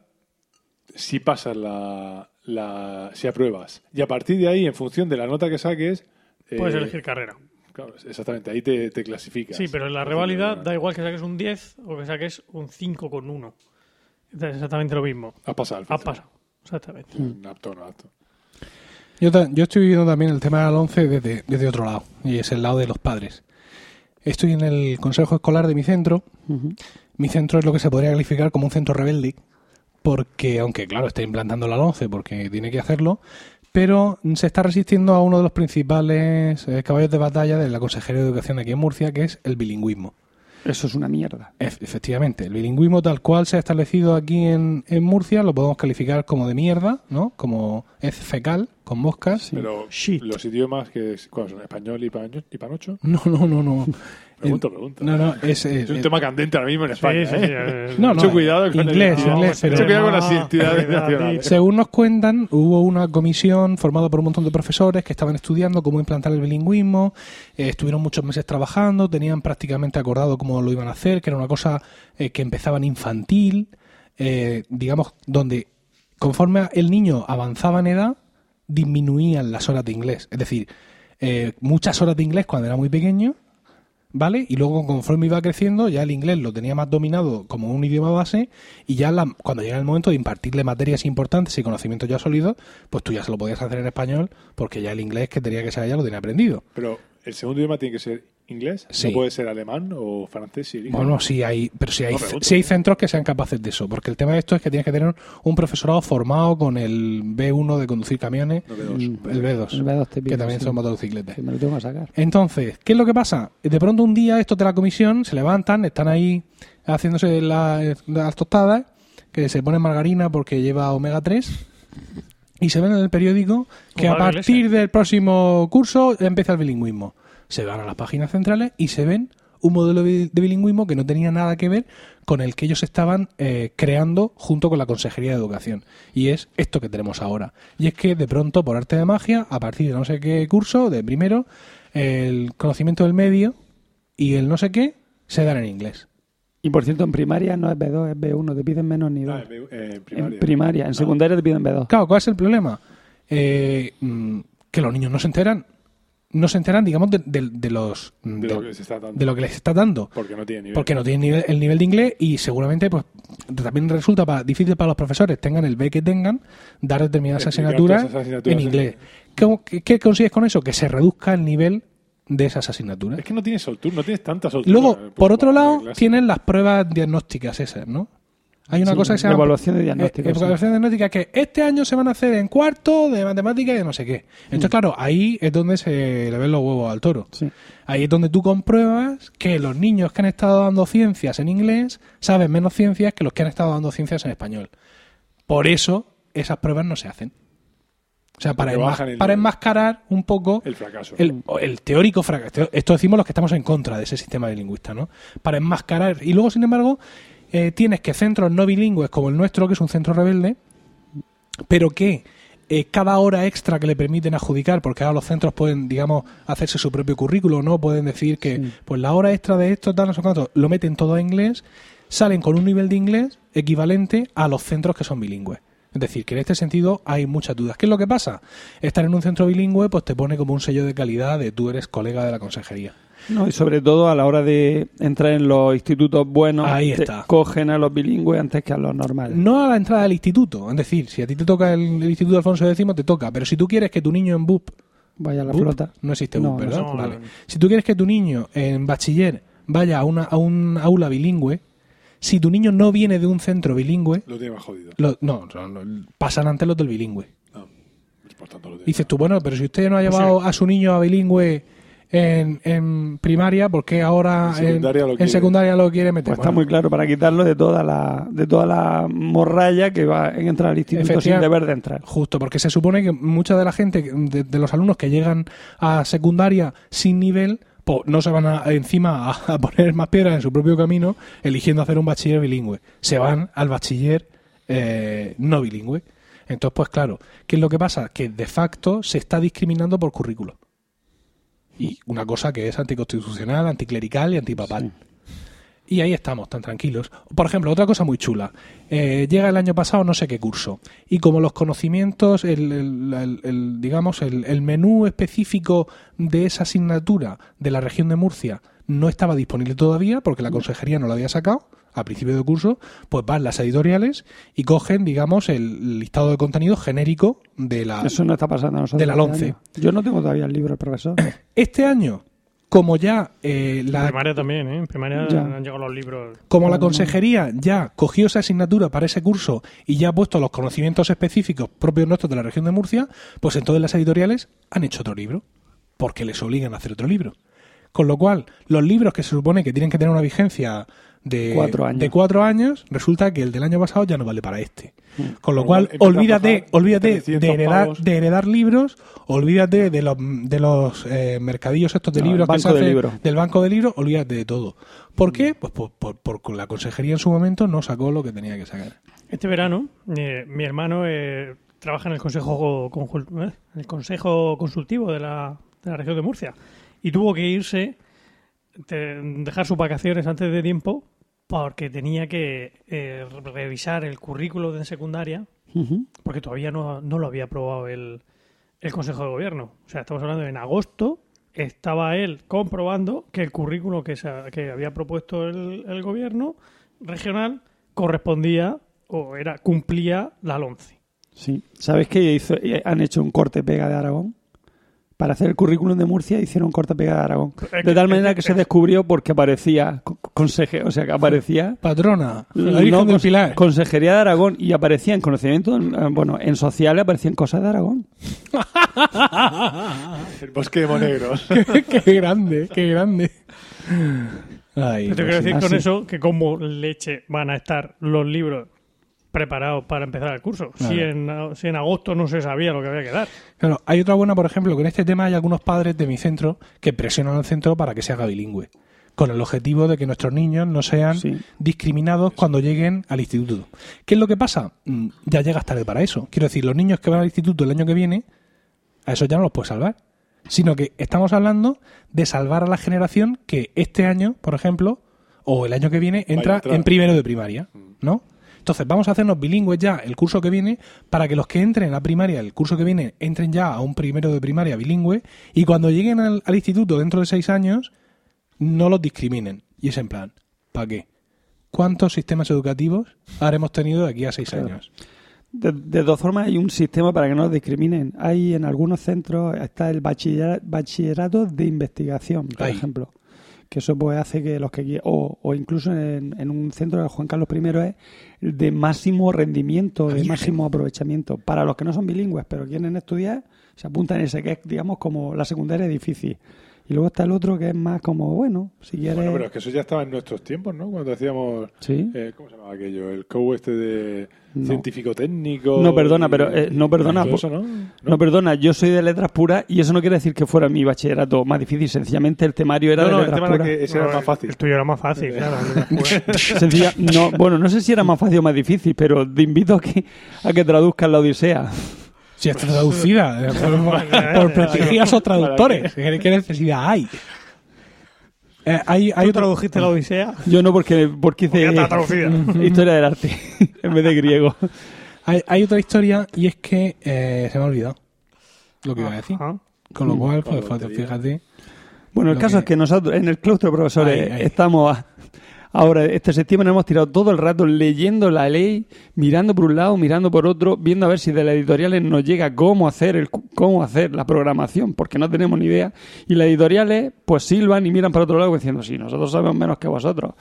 si pasas la, la... si apruebas. Y a partir de ahí, en función de la nota que saques... eh, Puedes elegir carrera. Claro, exactamente, ahí te, te clasificas. Sí, pero en la reválida da igual que saques un diez o que saques un cinco con uno. Es exactamente lo mismo. Has pasado al Ha final. pasado. Exactamente. Un apto, no apto. Yo, ta- yo estoy viviendo también el tema del once desde, desde otro lado, y es el lado de los padres. Estoy en el consejo escolar de mi centro. Ujú. Mi centro es lo que se podría calificar como un centro rebelde, porque, aunque claro, está implantando la once porque tiene que hacerlo, pero se está resistiendo a uno de los principales eh, caballos de batalla de la Consejería de Educación aquí en Murcia, que es el bilingüismo. Eso es una mierda. Ef- Efectivamente, el bilingüismo tal cual se ha establecido aquí en, en Murcia lo podemos calificar como de mierda, ¿no? Como es fecal, con moscas. Pero Shit. los idiomas que es- ¿cuáles son? ¿Español y, paño- y panocho? No, no, no, no. Pregunto, El- pregunto. No, no, es... Es un es- tema candente ahora mismo en España. Sí, sí, sí, ¿eh? eh, No, no, Mucho cuidado con inglés, el... inglés, pero- Mucho cuidado con las No, entidades cuidado, nacionales. Según nos cuentan, hubo una comisión formada por un montón de profesores que estaban estudiando cómo implantar el bilingüismo, eh, estuvieron muchos meses trabajando, tenían prácticamente acordado cómo lo iban a hacer, que era una cosa eh, que empezaba en infantil, eh, digamos, donde conforme el niño avanzaba en edad, disminuían las horas de inglés. Es decir, eh, muchas horas de inglés cuando era muy pequeño, ¿vale? Y luego conforme iba creciendo ya el inglés lo tenía más dominado como un idioma base y ya la- cuando llega el momento de impartirle materias importantes y conocimientos ya sólidos, pues tú ya se lo podías hacer en español porque ya el inglés que tenía que ser ya lo tenía aprendido. Pero el segundo idioma tiene que ser inglés, Sí. no puede ser alemán o francés. Si eliges. Bueno, sí hay, pero sí hay, No, pregunto. sí hay centros que sean capaces de eso, porque el tema de esto es que tienes que tener un profesorado formado con el B uno de conducir camiones, No, B dos. Mm. el B dos, El B dos te que pide, también sí. son motocicletas. Que me lo tengo que sacar. Entonces, ¿qué es lo que pasa? De pronto un día estos de la comisión se levantan, están ahí haciéndose la- las tostadas, que se ponen margarina porque lleva omega tres, y se ven en el periódico que Como a Pablo partir Iglesias. del próximo curso empieza el bilingüismo. Se van a las páginas centrales y se ven un modelo de de bilingüismo que no tenía nada que ver con el que ellos estaban eh, creando junto con la Consejería de Educación. Y es esto que tenemos ahora. Y es que de pronto, por arte de magia, a partir de no sé qué curso, de primero, el conocimiento del medio y el no sé qué se dan en inglés. Y por cierto, en primaria no es B dos, es B uno, te piden menos Ah, nivel. en, B- eh, en primaria. En primaria, en secundaria te piden B dos. Claro, ¿cuál es el problema? Eh, mm, que los niños no se enteran. No se enteran, digamos, de, de- de los De de- lo que se está dando. de lo que les está dando. Porque no tiene nivel. Porque no tienen nivel- el nivel de inglés y seguramente pues también resulta pa- difícil para los profesores, tengan el B que tengan, dar determinadas Explicar asignaturas, todas esas asignaturas en en- inglés. ¿Cómo- ¿Qué, qué consigues con eso? Que se reduzca el nivel de esas asignaturas. Es que no tienes soltura, no tienes tanta soltura. Luego, eh, por otro para la lado, clase. tienen las pruebas diagnósticas esas, ¿no? Hay una Sí, cosa que se llama... evaluación de diagnóstico, eh, evaluación de diagnóstica que este año se van a hacer en cuarto de matemáticas y de no sé qué. Entonces, Mm. claro, ahí es donde se le ven los huevos al toro. Sí. Ahí es donde tú compruebas que los niños que han estado dando ciencias en inglés saben menos ciencias que los que han estado dando ciencias en español. Por eso esas pruebas no se hacen. O sea, para, Porque enma- bajan el para nivel. enmascarar un poco El fracaso. el, el teórico fracaso. Esto decimos los que estamos en contra de ese sistema de lingüista, ¿no? Para enmascarar. Y luego, sin embargo, eh, tienes que centros no bilingües como el nuestro, que es un centro rebelde, pero que eh, cada hora extra que le permiten adjudicar, porque ahora los centros pueden, digamos, hacerse su propio currículo, ¿no? Pueden decir que, Sí. pues la hora extra de esto, tal, no sé cuánto, lo meten todo a inglés, salen con un nivel de inglés equivalente a los centros que son bilingües. Es decir, que en este sentido hay muchas dudas. ¿Qué es lo que pasa? Estar en un centro bilingüe pues te pone como un sello de calidad de tú eres colega de la consejería. No, y sobre todo a la hora de entrar en los institutos buenos, Ahí te está. cogen a los bilingües antes que a los normales. No a la entrada del instituto. Es decir, si a ti te toca el, el Instituto Alfonso X, te toca. Pero si tú quieres que tu niño en B U P... Vaya a la B U P, flota. no existe No, B U P, no ¿verdad? existe. Vale. No, no, no. Si tú quieres que tu niño en bachiller vaya a, una, a un aula bilingüe, si tu niño no viene de un centro bilingüe, Lo tiene más jodido. lo- no, no, no, pasan antes los del bilingüe. No. Por tanto, lo tiene. Dices tú, bueno, pero si usted no ha llevado a su niño a bilingüe en, en primaria, ¿por qué ahora En secundaria en, lo en quiere? secundaria lo quiere meter? Pues está Bueno, muy claro para quitarlo de toda la de toda la morralla que va a entrar al instituto sin Efectivamente. deber de entrar. Justo, porque se supone que mucha de la gente, de, de los alumnos que llegan a secundaria sin nivel, pues no se van a, encima a, a poner más piedras en su propio camino eligiendo hacer un bachiller bilingüe. Se van al bachiller eh, no bilingüe. Entonces, pues claro, ¿qué es lo que pasa? Que de facto se está discriminando por currículo. Y una cosa que es anticonstitucional, anticlerical y antipapal. Y ahí estamos, tan tranquilos. Por ejemplo, otra cosa muy chula. Eh, llega el año pasado no sé qué curso. Y como los conocimientos, el, el- el- el, digamos, el, el menú específico de esa asignatura de la región de Murcia no estaba disponible todavía, porque la consejería no lo había sacado a principio de curso, pues van las editoriales y cogen, digamos, el listado de contenido genérico de la... Eso no está pasando a nosotros. de la este once. año. Yo no tengo todavía el libro del profesor. Este año, como ya eh, En la... primaria también, ¿eh? En primaria Ya. han llegado los libros. Como la Claro, consejería ya cogió esa asignatura para ese curso y ya ha puesto los conocimientos específicos propios nuestros de la región de Murcia, pues entonces las editoriales han hecho otro libro, porque les obligan a hacer otro libro. Con lo cual, los libros que se supone que tienen que tener una vigencia de Cuatro años. de cuatro años, resulta que el del año pasado ya no vale para este. Con lo Con lo cual, cual, empieza a olvídate, bajar olvídate trescientos de heredar, pavos. de heredar libros, olvídate de los, de los eh, mercadillos estos de No, libros el que se banco de hacen, libros. del banco de libros, olvídate de todo. ¿Por qué? Pues por, por, porque la consejería en su momento no sacó lo que tenía que sacar. Este verano, eh, mi hermano eh, trabaja en el consejo conjul- eh, en el consejo consultivo de la, de la región de Murcia y tuvo que irse, te- dejar sus vacaciones antes de tiempo porque tenía que eh, revisar el currículo de secundaria Ujú. porque todavía no, no lo había aprobado el, el Consejo de Gobierno. O sea, estamos hablando de en agosto, estaba él comprobando que el currículo que, se, que había propuesto el, el Gobierno regional correspondía o era cumplía la LOMCE. Sí. ¿Sabes que hizo, han hecho un corte-pega de Aragón? Para hacer el currículum de Murcia hicieron un corte-pega de Aragón. De tal manera que se descubrió porque aparecía co- conseje, o sea, que aparecía Patrona, la Virgen no, del cons- Pilar. Consejería de Aragón y aparecía en conocimiento, eh, bueno, en sociales aparecían cosas de Aragón. El bosque de monegros. qué, qué grande, qué grande. Ay, Yo te pues quiero sí. decir Ah, con sí. eso que como leche van a estar los libros preparados para empezar el curso. Si, Claro. en, si en agosto no se sabía lo que había que dar. Claro, hay otra buena, por ejemplo, que en este tema hay algunos padres de mi centro que presionan al centro para que se haga bilingüe, con el objetivo de que nuestros niños no sean Sí. discriminados cuando lleguen al instituto. ¿Qué es lo que pasa? Mm, Ya llegas tarde para eso. Quiero decir, los niños que van al instituto el año que viene, a esos ya no los puedes salvar. Sino que estamos hablando de salvar a la generación que este año, por ejemplo, o el año que viene, entra a entrar. en primero de primaria, ¿no? Entonces vamos a hacernos bilingües ya el curso que viene para que los que entren a primaria el curso que viene entren ya a un primero de primaria bilingüe y cuando lleguen al, al instituto dentro de seis años no los discriminen. Y es en plan, ¿para qué? ¿Cuántos sistemas educativos habremos tenido de aquí a seis Claro. años? De, de todas formas, hay un sistema para que no nos discriminen. Hay en algunos centros, está el bachiller- bachillerato de investigación, por Ahí. ejemplo, que eso pues hace que los que qui- o, o incluso en, en un centro de Juan Carlos primero es de máximo rendimiento, de máximo aprovechamiento. Para los que no son bilingües, pero quieren estudiar, se apuntan en ese que es, digamos, como la secundaria difícil. Y luego está el otro que es más como, bueno, si quieres... Bueno, pero es que eso ya estaba en nuestros tiempos, ¿no? Cuando hacíamos... Sí. Eh, ¿Cómo se llamaba aquello? El C O U este de No. científico-técnico... No, perdona, y- pero, eh, no, perdona, y todo po- eso, ¿no? No, perdona, yo soy de letras puras y eso no quiere decir que fuera mi bachillerato más difícil. Sencillamente el temario era No, de no, el letras tema era puras. que ese era No, más fácil. El tuyo era más fácil, claro. Sencilla- no, bueno, no sé si era más fácil o más difícil, pero te invito a que, a que traduzcas la Odisea. Si está traducida eh, por, por prestigiosos traductores. ¿Qué qué necesidad hay? Eh, hay, hay ¿Tú otro... tradujiste la Odisea? Yo no, porque, porque hice Porque ya está traducida. historia del arte en vez de griego. Hay, hay otra historia y es que eh, se me ha olvidado lo que iba a decir. Ajá. Con lo cual, pues, Con pues, tontería. fíjate. Bueno, el Lo caso que- es que nosotros en el claustro de profesores Ahí, ahí. estamos a- ahora, este septiembre nos hemos tirado todo el rato leyendo la ley, mirando por un lado, mirando por otro, viendo a ver si de las editoriales nos llega cómo hacer el cómo hacer la programación, porque no tenemos ni idea. Y las editoriales pues silban y miran para otro lado diciendo, sí, nosotros sabemos menos que vosotros.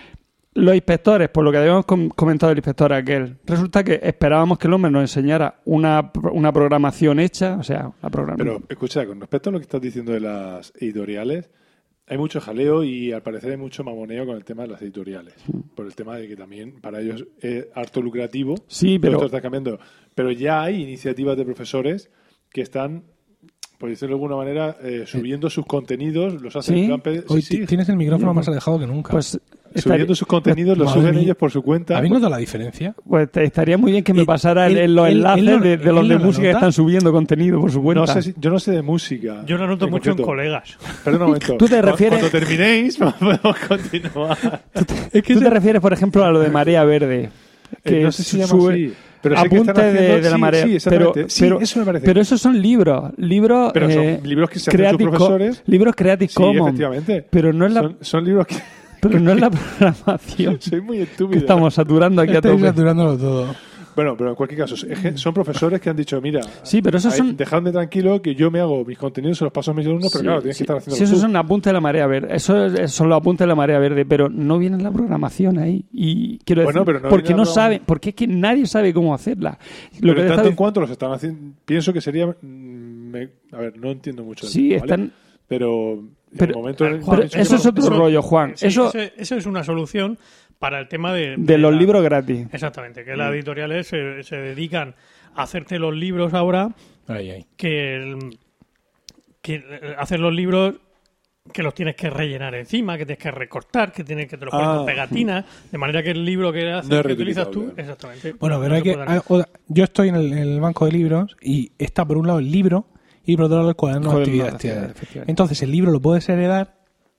Los inspectores, por lo que habíamos com- comentado el inspector aquel, resulta que esperábamos que el hombre nos enseñara una, una programación hecha, o sea, la programación. Pero, escucha, con respecto a lo que estás diciendo de las editoriales, hay mucho jaleo y al parecer hay mucho mamoneo con el tema de las editoriales. Por el tema de que también para ellos es harto lucrativo. Sí, pero- Todo esto está cambiando. Pero ya hay iniciativas de profesores que están, por decirlo de alguna manera, eh, subiendo sus contenidos, los hacen ¿Sí? en plan pe- Hoy sí, ti- sí, tienes el micrófono más alejado que nunca. Pues subiendo estaría, sus contenidos, los Madre suben mía. ellos por su cuenta. ¿Habéis notado la diferencia? pues te- estaría muy bien que me Él- pasara él- en los él- enlaces él lo- de, de los él de lo música que nota. están subiendo contenido por su cuenta. No sé si- yo no sé de música. Yo lo noto en mucho en concreto. colegas. Perdón un momento. ¿Tú te Cu- refieres- Cuando terminéis, podemos continuar. Es que ¿Tú te refieres, por ejemplo, a lo de Marea Verde? Eh, no sé si se llama sube- así. Pero sé que están apunte de, haciendo- de la sí, marea. sí, pero, exactamente. Sí, pero, eso me parece. pero esos son libros. Libros, Pero son eh, libros que se hacen Creative sus profesores. Co- libros Creative Sí, Commons. efectivamente. Pero no es la, Son, son libros que... pero no es la programación Soy muy que estúpido. estamos saturando aquí a Estáis tope. saturándolo todo. Bueno, pero en cualquier caso, es que son profesores que han dicho, mira, Sí, pero esos ahí, son... dejadme tranquilo que yo me hago mis contenidos, se los paso a mis alumnos, pero Sí, claro, tienes sí. que estar haciendo Sí, esos son apuntes de la marea verde. Eso es- esos son los apuntes de la marea verde, pero no viene en la programación ahí. Y quiero Bueno, decir, pero no porque viene no la programa- saben, porque es que nadie sabe cómo hacerla. Lo Pero que en le tanto está en cuanto los están haciendo, pienso que sería... mm, me- a ver, no entiendo mucho. del Sí, tema, ¿vale? están... Pero, en Pero- el momento en el- pero eso eso es otro rollo, Juan. Sí, Eso- eso, eso es una solución para el tema de... de los la- libros gratis. Exactamente, que las editoriales se, se dedican a hacerte los libros ahora, Ahí, ahí. que, el- que eh, hacer los libros que los tienes que rellenar encima, que tienes que recortar, que tienes que te los pones Ah. con pegatinas, de manera que el libro que, haces, No es que utilizas tú, reutilizable. exactamente. Bueno, no pero se hay que... puede- hay- o- yo estoy en el, en el banco de libros y está por un lado el libro y por otro lado el cuaderno de Cuaderno de actividades. actividades, efectivamente. Entonces el libro lo puedes heredar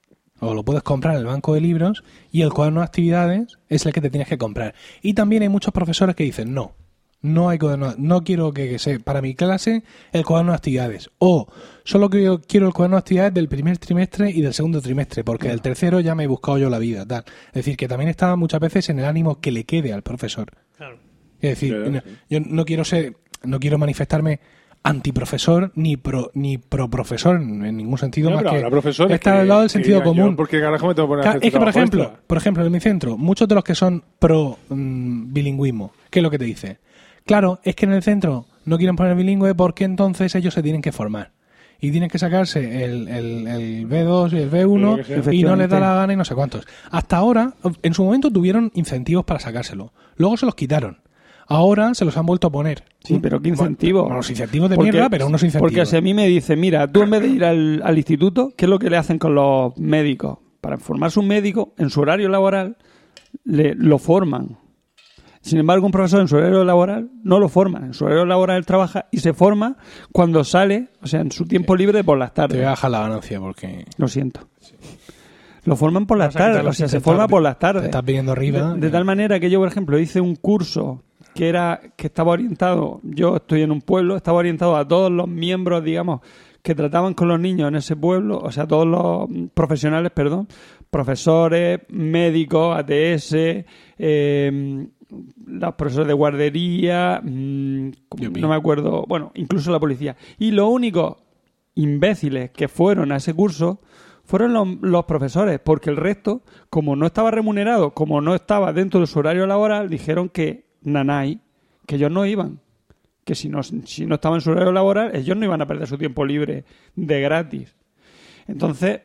o lo puedes comprar en el banco de libros y el cuaderno de actividades es el que te tienes que comprar. Y también hay muchos profesores que dicen no. No hay cuaderno, no quiero que, que sea para mi clase el cuaderno de actividades. O solo que yo quiero el cuaderno de actividades del primer trimestre y del segundo trimestre, porque del tercero ya me he buscado yo la vida, tal. Es decir, que también está muchas veces en el ánimo que le quede al profesor. Claro. Es decir, Claro, no- sí. yo no quiero ser, no quiero manifestarme antiprofesor ni pro ni pro profesor en, en ningún sentido No, más pero que habrá profesores estar que- al lado del que sentido digan, común. yo, ¿por qué carajo me tengo que poner a Claro, hacer es que, por trabajo ejemplo, extra? por ejemplo, en mi centro, muchos de los que son pro mm, bilingüismo, ¿qué es lo que te dice? Claro, es que en el centro no quieren poner bilingüe porque entonces ellos se tienen que formar. Y tienen que sacarse el, el, el B dos y el B uno Pero que sea. y no les da Efectivamente. la gana y no sé cuántos. Hasta ahora, en su momento tuvieron incentivos para sacárselo. Luego se los quitaron. Ahora se los han vuelto a poner. Sí, pero ¿qué incentivos? Bueno, los incentivos de Porque- mierda, pero unos incentivos. Porque si a mí me dice, mira, tú en vez de ir al, al instituto, ¿qué es lo que le hacen con los médicos? Para formarse un médico, en su horario laboral, le, lo forman. Sin embargo, un profesor en su horario laboral no lo forma. En su horario laboral él trabaja y se forma cuando sale, o sea, en su tiempo libre por las Te voy a tardes. bajar la ganancia porque... Lo siento. Lo forman por las Vas a quitar tardes, o los sea, se incentivos. forma por las Te tardes. estás viniendo arriba. De, de tal manera que yo, por ejemplo, hice un curso que era que estaba orientado, yo estoy en un pueblo, estaba orientado a todos los miembros, digamos, que trataban con los niños en ese pueblo, o sea, todos los mm, profesionales, perdón, profesores, médicos, A T S, eh, los profesores de guardería, mm, Dios mío. no me acuerdo, bueno, incluso la policía. Y los únicos imbéciles que fueron a ese curso fueron los, los profesores, porque el resto, como no estaba remunerado, como no estaba dentro de su horario laboral, dijeron que nanay, que ellos no iban. Que si no, si no estaban en su horario laboral, ellos no iban a perder su tiempo libre de gratis. Entonces,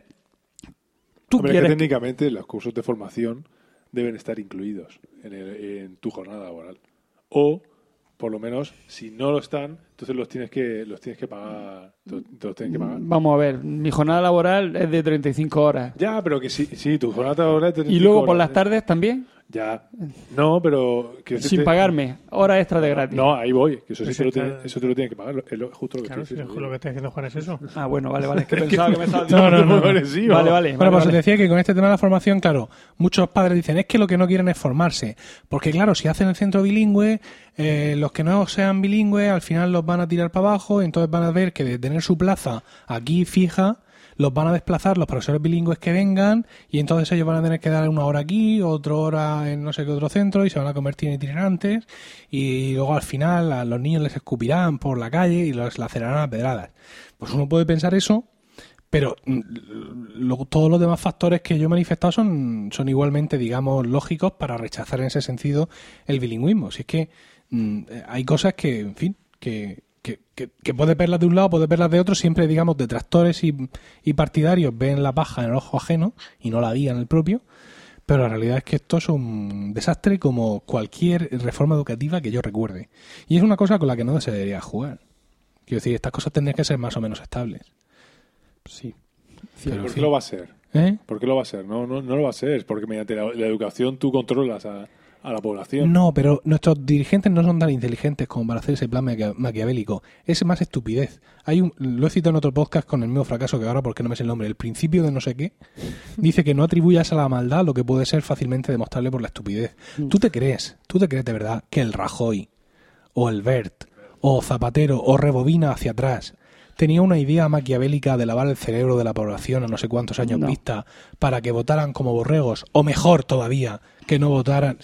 tú Hombre, quieres... que técnicamente los cursos de formación deben estar incluidos en, el, en tu jornada laboral. O, por lo menos, si no lo están, entonces los tienes que los tienes que pagar. Te, te los tienen que pagar. Vamos a ver, mi jornada laboral es de treinta y cinco horas. Ya, pero que sí, sí tu jornada laboral es de ¿Y luego horas, por las ¿eh? tardes también? Ya. No, pero... que Sin te- pagarme, horas extra de gratis. No, ahí voy. Que eso sí Pues te lo, está- tiene, eso te lo tienen que pagar. Es lo- justo lo que Claro, tú si dices. lo que está diciendo Juan es eso. Ah, bueno, vale, vale. Es que pensaba que me estaba No, no, no. Vale, sí, Vale, vamos. vale. Bueno, vale, pues os vale. decía que con este tema de la formación, claro, muchos padres dicen, es que lo que no quieren es formarse. Porque claro, si hacen el centro bilingüe, eh, los que no sean bilingües, al final los van a tirar para abajo, y entonces van a ver que de tener su plaza aquí fija, los van a desplazar los profesores bilingües que vengan, y entonces ellos van a tener que dar una hora aquí, otra hora en no sé qué otro centro, y se van a convertir en itinerantes, y luego al final a los niños les escupirán por la calle y los lacerarán a pedradas. Pues uno puede pensar eso, pero mm, lo- todos los demás factores que yo he manifestado son, son igualmente, digamos, lógicos para rechazar en ese sentido el bilingüismo. Si es que mm, hay cosas que, en fin, que, que, que, que puedes verlas de un lado, puedes verlas de otro, siempre, digamos, detractores y, y partidarios ven la paja en el ojo ajeno y no la vi en el propio, pero la realidad es que esto es un desastre como cualquier reforma educativa que yo recuerde. Y es una cosa con la que no se debería jugar. Quiero decir, estas cosas tendrían que ser más o menos estables. Sí. Pero, en ¿Por qué fin. lo va a ser? ¿Eh? ¿Por qué lo va a ser? No, no, no lo va a ser. Es porque mediante la, la educación tú controlas a, a la población. No, pero nuestros dirigentes no son tan inteligentes como para hacer ese plan maquia- maquiavélico. Es más estupidez. Hay un, lo he citado en otro podcast con el mismo fracaso que ahora porque no me sé el nombre. El principio de no sé qué dice que no atribuyas a la maldad lo que puede ser fácilmente demostrable por la estupidez. ¿Tú te crees, tú te crees de verdad que el Rajoy o el Bert o Zapatero o Rebobina hacia atrás tenía una idea maquiavélica de lavar el cerebro de la población a no sé cuántos años No. vista para que votaran como borregos, o mejor todavía, que no votaran?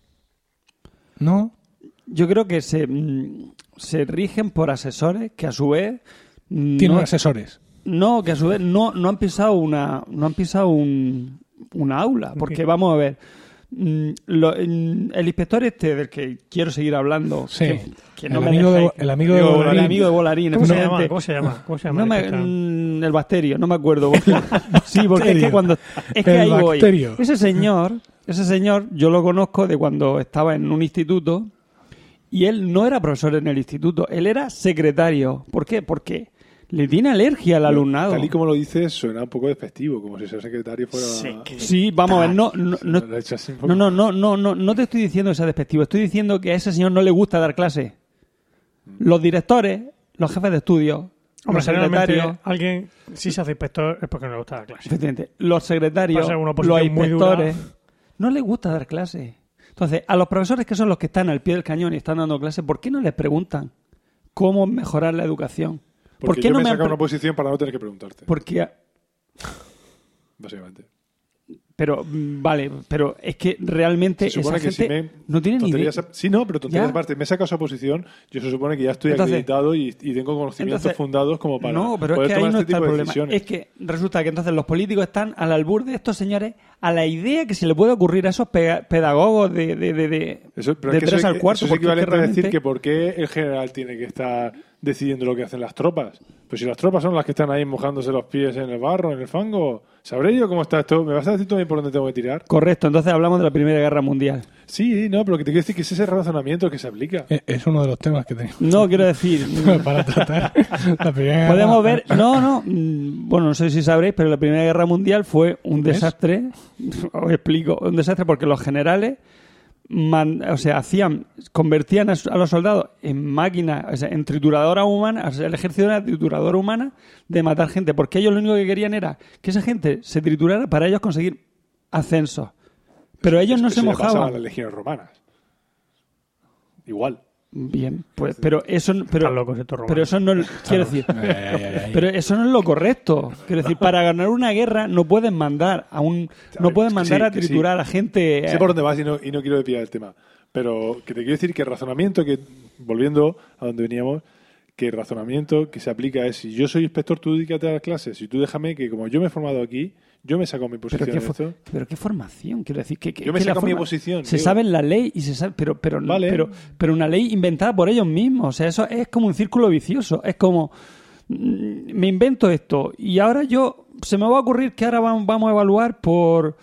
¿No? Yo creo que se, mm, se rigen por asesores que a su vez mm, Tienen no, asesores. no, que a su vez no, no han pisado una no han pisado un, una aula, porque Ok. vamos a ver, mm, lo- mm, el inspector este del que quiero seguir hablando, Sí. que, que no el, me amigo de, dejáis- el amigo de el Bolarín. amigo de Bolarín, ¿Cómo se efectivamente. llama? ¿Cómo se llama? ¿Cómo se llama? No me, Esta- mm, el Bacterio, no me acuerdo. Porque, sí, porque es que cuando... Es que El ahí voy. Bacterio. Ese señor, ese señor, yo lo conozco de cuando estaba en un instituto y él no era profesor en el instituto, él era secretario. ¿Por qué? Porque le tiene alergia al alumnado. Tal y como lo dices, suena un poco despectivo, como si ser secretario fuera... Sí, vamos a ver, no, no, no, Lo he hecho así un poco. no, no, no, no, no, no te estoy diciendo que sea despectivo, estoy diciendo que a ese señor no le gusta dar clases. Los directores, los jefes de estudio, Hombre, los generalmente secretarios... alguien, si se hace inspector, es porque no le gusta la clase. Efectivamente, los secretarios, Pasa una los posición muy inspectores, dura. no les gusta dar clases. Entonces, a los profesores que son los que están al pie del cañón y están dando clases, ¿por qué no les preguntan cómo mejorar la educación? Porque ¿Por qué yo no me he me han sacado pre- una posición para no tener que preguntarte, Porque, básicamente. pero, mm, vale, pero es que realmente Se esa supone que gente si me... no tiene ni idea. tonterías- Sí, no, pero tonterías Ya. aparte. Me he sacado esa posición, yo se supone que ya estoy Entonces- acreditado y, y tengo conocimientos Entonces- fundados como para no, pero es poder que ahí tomar no este está el tipo de problema. decisiones. Es que resulta que entonces los políticos están al albur de estos señores a la idea que se le puede ocurrir a esos pega- pedagogos de, de, de, de, Eso, pero de es que tres eso, al cuarto. eso es porque es que equivalente a decir realmente- que por qué el general tiene que estar decidiendo lo que hacen las tropas. Pues si las tropas son las que están ahí mojándose los pies en el barro, en el fango, ¿sabré yo cómo está esto? ¿Me vas a decir tú a mí por dónde tengo que tirar? Correcto, entonces hablamos de la Primera Guerra Mundial. Sí, no, pero que te quiero decir que es ese razonamiento que se aplica. Es, es uno de los temas que tenemos No, quiero decir... para tratar. La primera Podemos guerra- ver, no, no, mm, bueno, no sé si sabréis, pero la Primera Guerra Mundial fue un ¿Ves? desastre. Os explico, un desastre porque los generales, man- o sea, hacían, convertían a, su- a los soldados en máquinas, o sea, en trituradoras humanas, o sea, el ejército era una trituradora humana de matar gente, porque ellos lo único que querían era que esa gente se triturara para ellos conseguir ascensos. Pero ellos no Eso se le pasaba a mojaban. las legiones romanas. Igual. Bien, pues, pero eso, pero, Están locos estos romanos. pero eso no, quiero decir, Ay, ay, ay, ay. pero eso no es lo correcto. Quiero decir, para ganar una guerra no pueden mandar a un, no ver, pueden es que mandar sí, a que sí. triturar a gente. Sé por dónde vas y no, y no quiero desviar el tema. Pero que te quiero decir que el razonamiento que, volviendo a donde veníamos, que el razonamiento que se aplica es, si yo soy inspector, tú dedícate a las clases, y tú déjame que, como yo me he formado aquí, yo me saco mi posición ¿Pero qué, en fo- esto. pero qué formación? Quiero decir, que, que- Yo me que la saco mi forma- posición, Se digo. sabe la ley y se sabe, pero, pero, Vale. pero, pero una ley inventada por ellos mismos. O sea, eso es como un círculo vicioso. Es como, mm, me invento esto y ahora yo, se me va a ocurrir que ahora vam- vamos a evaluar por,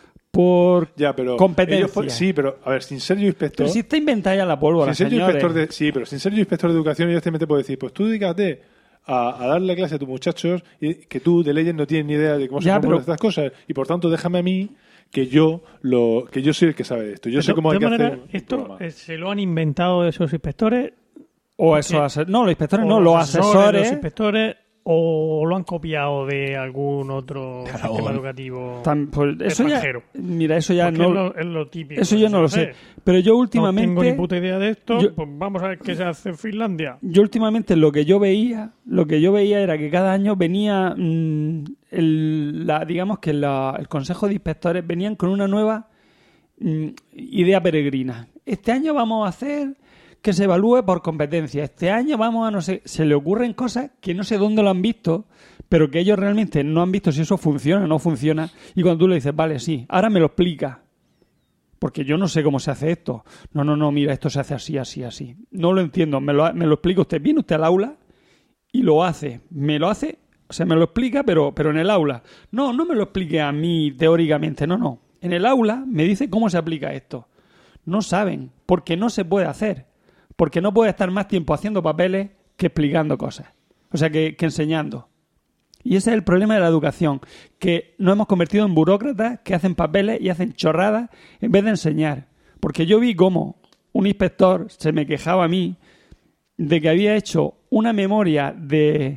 por Ya, pero competencia. ellos po- sí, pero a ver, sin ser yo inspector, Pero si está inventada ya la pólvora, sin ser yo señores. inspector de, sí, pero sin ser yo inspector de educación, ellos te puedo decir, pues tú dedícate a, a darle clase a tus muchachos y que tú de leyes no tienes ni idea de cómo se Ya, comportan pero- estas cosas y por tanto déjame a mí que yo lo que yo soy el que sabe de esto. Yo De sé to- cómo hay de que manera, hacer un esto programa. eh, se lo han inventado esos inspectores. O esos ase- no, los inspectores o no, los Los asesores. inspectores, o lo han copiado de algún otro Claro. sistema educativo Tam- pues eso ya, extranjero. mira, eso ya Porque no, es, lo, es lo típico. eso yo no lo sé. Pero yo últimamente, No tengo ni puta idea de esto, yo- pues vamos a ver qué se hace en Finlandia. yo últimamente lo que yo veía, lo que yo veía era que cada año venía, mm, el, la, digamos que la- el Consejo de Inspectores venían con una nueva mm, idea peregrina. Este año vamos a hacer que se evalúe por competencia. Este año vamos a no sé, se le ocurren cosas que no sé dónde lo han visto, pero que ellos realmente no han visto si eso funciona o no funciona. Y cuando tú le dices, vale, sí, ahora me lo explica. Porque yo no sé cómo se hace esto. No, no, no, mira, esto se hace así, así, así. No lo entiendo, me lo, me lo explica usted. Viene usted al aula y lo hace. Me lo hace, o sea, me lo explica, pero, pero en el aula. No, no me lo explique a mí teóricamente, no, no. En el aula me dice cómo se aplica esto. No saben, porque no se puede hacer. Porque no puede estar más tiempo haciendo papeles que explicando cosas. O sea, que, que enseñando. Y ese es el problema de la educación, que nos hemos convertido en burócratas que hacen papeles y hacen chorradas en vez de enseñar. Porque yo vi cómo un inspector se me quejaba a mí de que había hecho una memoria de...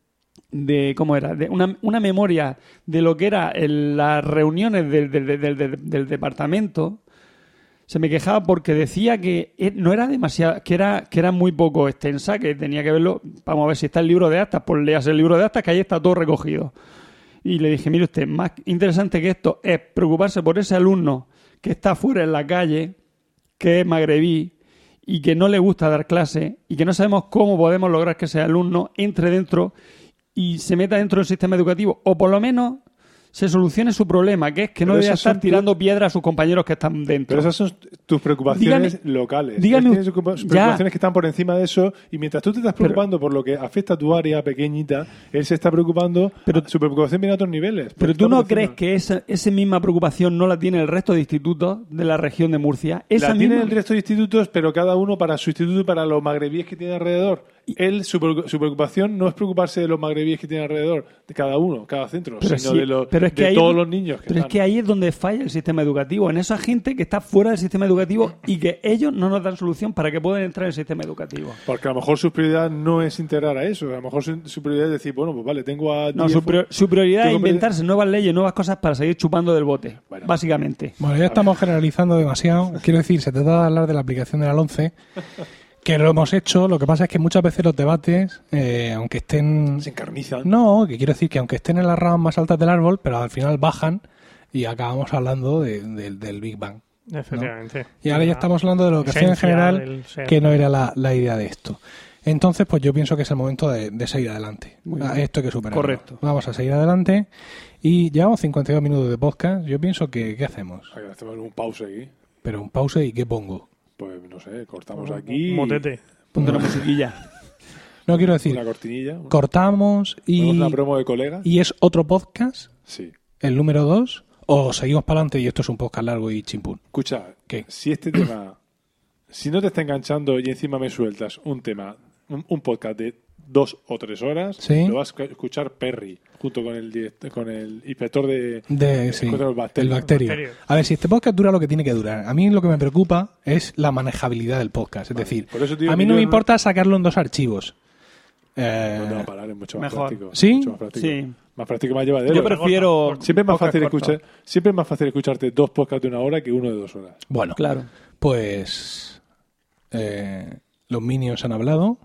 de ¿cómo era? De una, una memoria de lo que eran las reuniones del, del, del, del, del departamento. Se me quejaba porque decía que no era demasiado, que era, que era muy poco extensa, que tenía que verlo. Vamos a ver si está el libro de actas, pues leas el libro de actas, que ahí está todo recogido. Y le dije, mire usted, más interesante que esto es preocuparse por ese alumno que está fuera en la calle, que es magrebí y que no le gusta dar clase y que no sabemos cómo podemos lograr que ese alumno entre dentro y se meta dentro del sistema educativo, o por lo menos se solucione su problema, que es que no Pero debe esas estar son tirando tu- piedras a sus compañeros que están dentro. Pero esas son tus preocupaciones Dígame- locales. dígame- Él tiene sus preocupa- sus ya. preocupaciones que están por encima de eso y mientras tú te estás Pero- preocupando por lo que afecta a tu área pequeñita, él se está preocupando, Pero- su preocupación viene a otros niveles. Pero porque tú está no por crees encima. que esa, esa misma preocupación no la tiene el resto de institutos de la región de Murcia. Esa La tienen misma- el resto de institutos, pero cada uno para su instituto y para los magrebíes que tiene alrededor. Él, su, preocu- su preocupación no es preocuparse de los magrebíes que tiene alrededor, de cada uno, cada centro, Pero sino sí, de, los, pero es que de ahí todos es- los niños que Pero es están. que ahí es donde falla el sistema educativo, en esa gente que está fuera del sistema educativo y que ellos no nos dan solución para que puedan entrar en el sistema educativo. Porque a lo mejor su prioridad no es integrar a eso, a lo mejor su, su prioridad es decir, bueno, pues vale, tengo a No, diez su, fu- prior- su prioridad es tengo inventarse nuevas leyes, nuevas cosas para seguir chupando del bote, Bueno. básicamente. Bueno, ya estamos generalizando demasiado. Quiero decir, se trata de hablar de la aplicación de la LOMCE, que lo hemos hecho. Lo que pasa es que muchas veces los debates, eh, aunque estén... se encarnizan. No, que quiero decir que aunque estén en las ramas más altas del árbol, pero al final bajan y acabamos hablando de- de- del Big Bang. Efectivamente. Y ahora ya estamos hablando de la educación en Esencia general, del ser. que no era la, la idea de esto. Entonces, pues yo pienso que es el momento de, de seguir adelante. Muy Ah, bien. esto hay que superarlo. Correcto. Vamos a seguir adelante. Y llevamos cincuenta y dos minutos de podcast. Yo pienso que, ¿qué hacemos? Ay, hacemos un pause aquí. Pero un pause y ¿qué pongo? Pues no sé, cortamos aquí. Un motete. Ponte una musiquilla. No quiero decir, Una cortinilla. una- cortamos ¿Ponemos y, una promo de colegas? y es otro podcast, Sí. el número dos, o seguimos para adelante y esto es un podcast largo y chimpún. Escucha, ¿Qué? si este tema, si no te está enganchando y encima me sueltas un tema, un, un podcast de dos o tres horas, Sí. lo vas a escuchar Perry, junto con el direct- con el inspector de... De, sí, contra el bacterio. el bacterio. Bacterio. A ver, si este podcast dura lo que tiene que durar. A mí lo que me preocupa es la manejabilidad del podcast. Es Vale, decir, por eso te digo a mí que no yo me no- importa sacarlo en dos archivos. Eh, No te va a parar, es mucho más mejor. práctico. ¿Sí? Mucho más práctico. Sí. Más práctico, más llevadero. Yo prefiero... Siempre es más podcast fácil corto. escuchar, siempre es más fácil escucharte dos podcasts de una hora que uno de dos horas. bueno, Claro. pues eh, los Minions han hablado.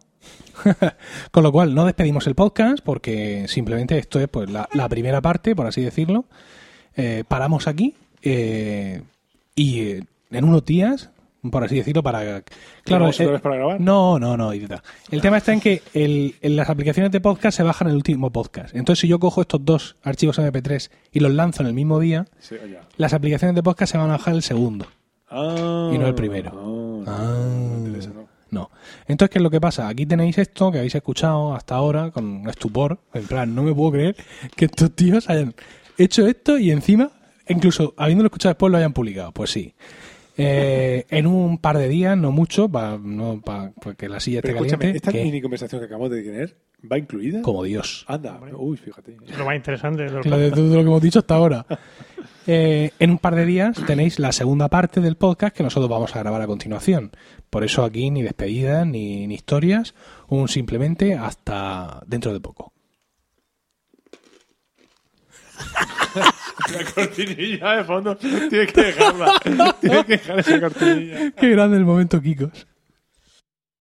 Con lo cual no despedimos el podcast porque simplemente esto es pues la, la primera parte, por así decirlo. Eh, paramos aquí eh, y eh, en unos días por así decirlo, para... ¿Pero Claro, no solo eh, es para grabar? no, no, no, idiota. El tema está en que el, en las aplicaciones de podcast se bajan el último podcast. Entonces, si yo cojo estos dos archivos eme pe tres y los lanzo en el mismo día, Sí, ya. las aplicaciones de podcast se van a bajar el segundo. Ah, Y no el primero. No, no, Ah. no me interesa, no. No. Entonces, ¿qué es lo que pasa? Aquí tenéis esto que habéis escuchado hasta ahora con estupor. En plan, no me puedo creer que estos tíos hayan hecho esto y encima, incluso habiéndolo escuchado después, lo hayan publicado. Pues sí. Eh, en un par de días, no mucho, para no, pa, pa que la silla esté Pero escúchame, caliente. esta que- mini conversación que acabamos de tener, ¿va incluida? como Dios. Anda, uy, fíjate. Es lo más interesante de los Lo de todo lo que hemos dicho hasta ahora. Eh, en un par de días tenéis la segunda parte del podcast que nosotros vamos a grabar a continuación. Por eso aquí ni despedidas ni, ni historias, un simplemente hasta dentro de poco. La cortinilla de fondo, tienes que dejarla. Tienes que dejar esa cortinilla. Qué grande el momento, Kikos.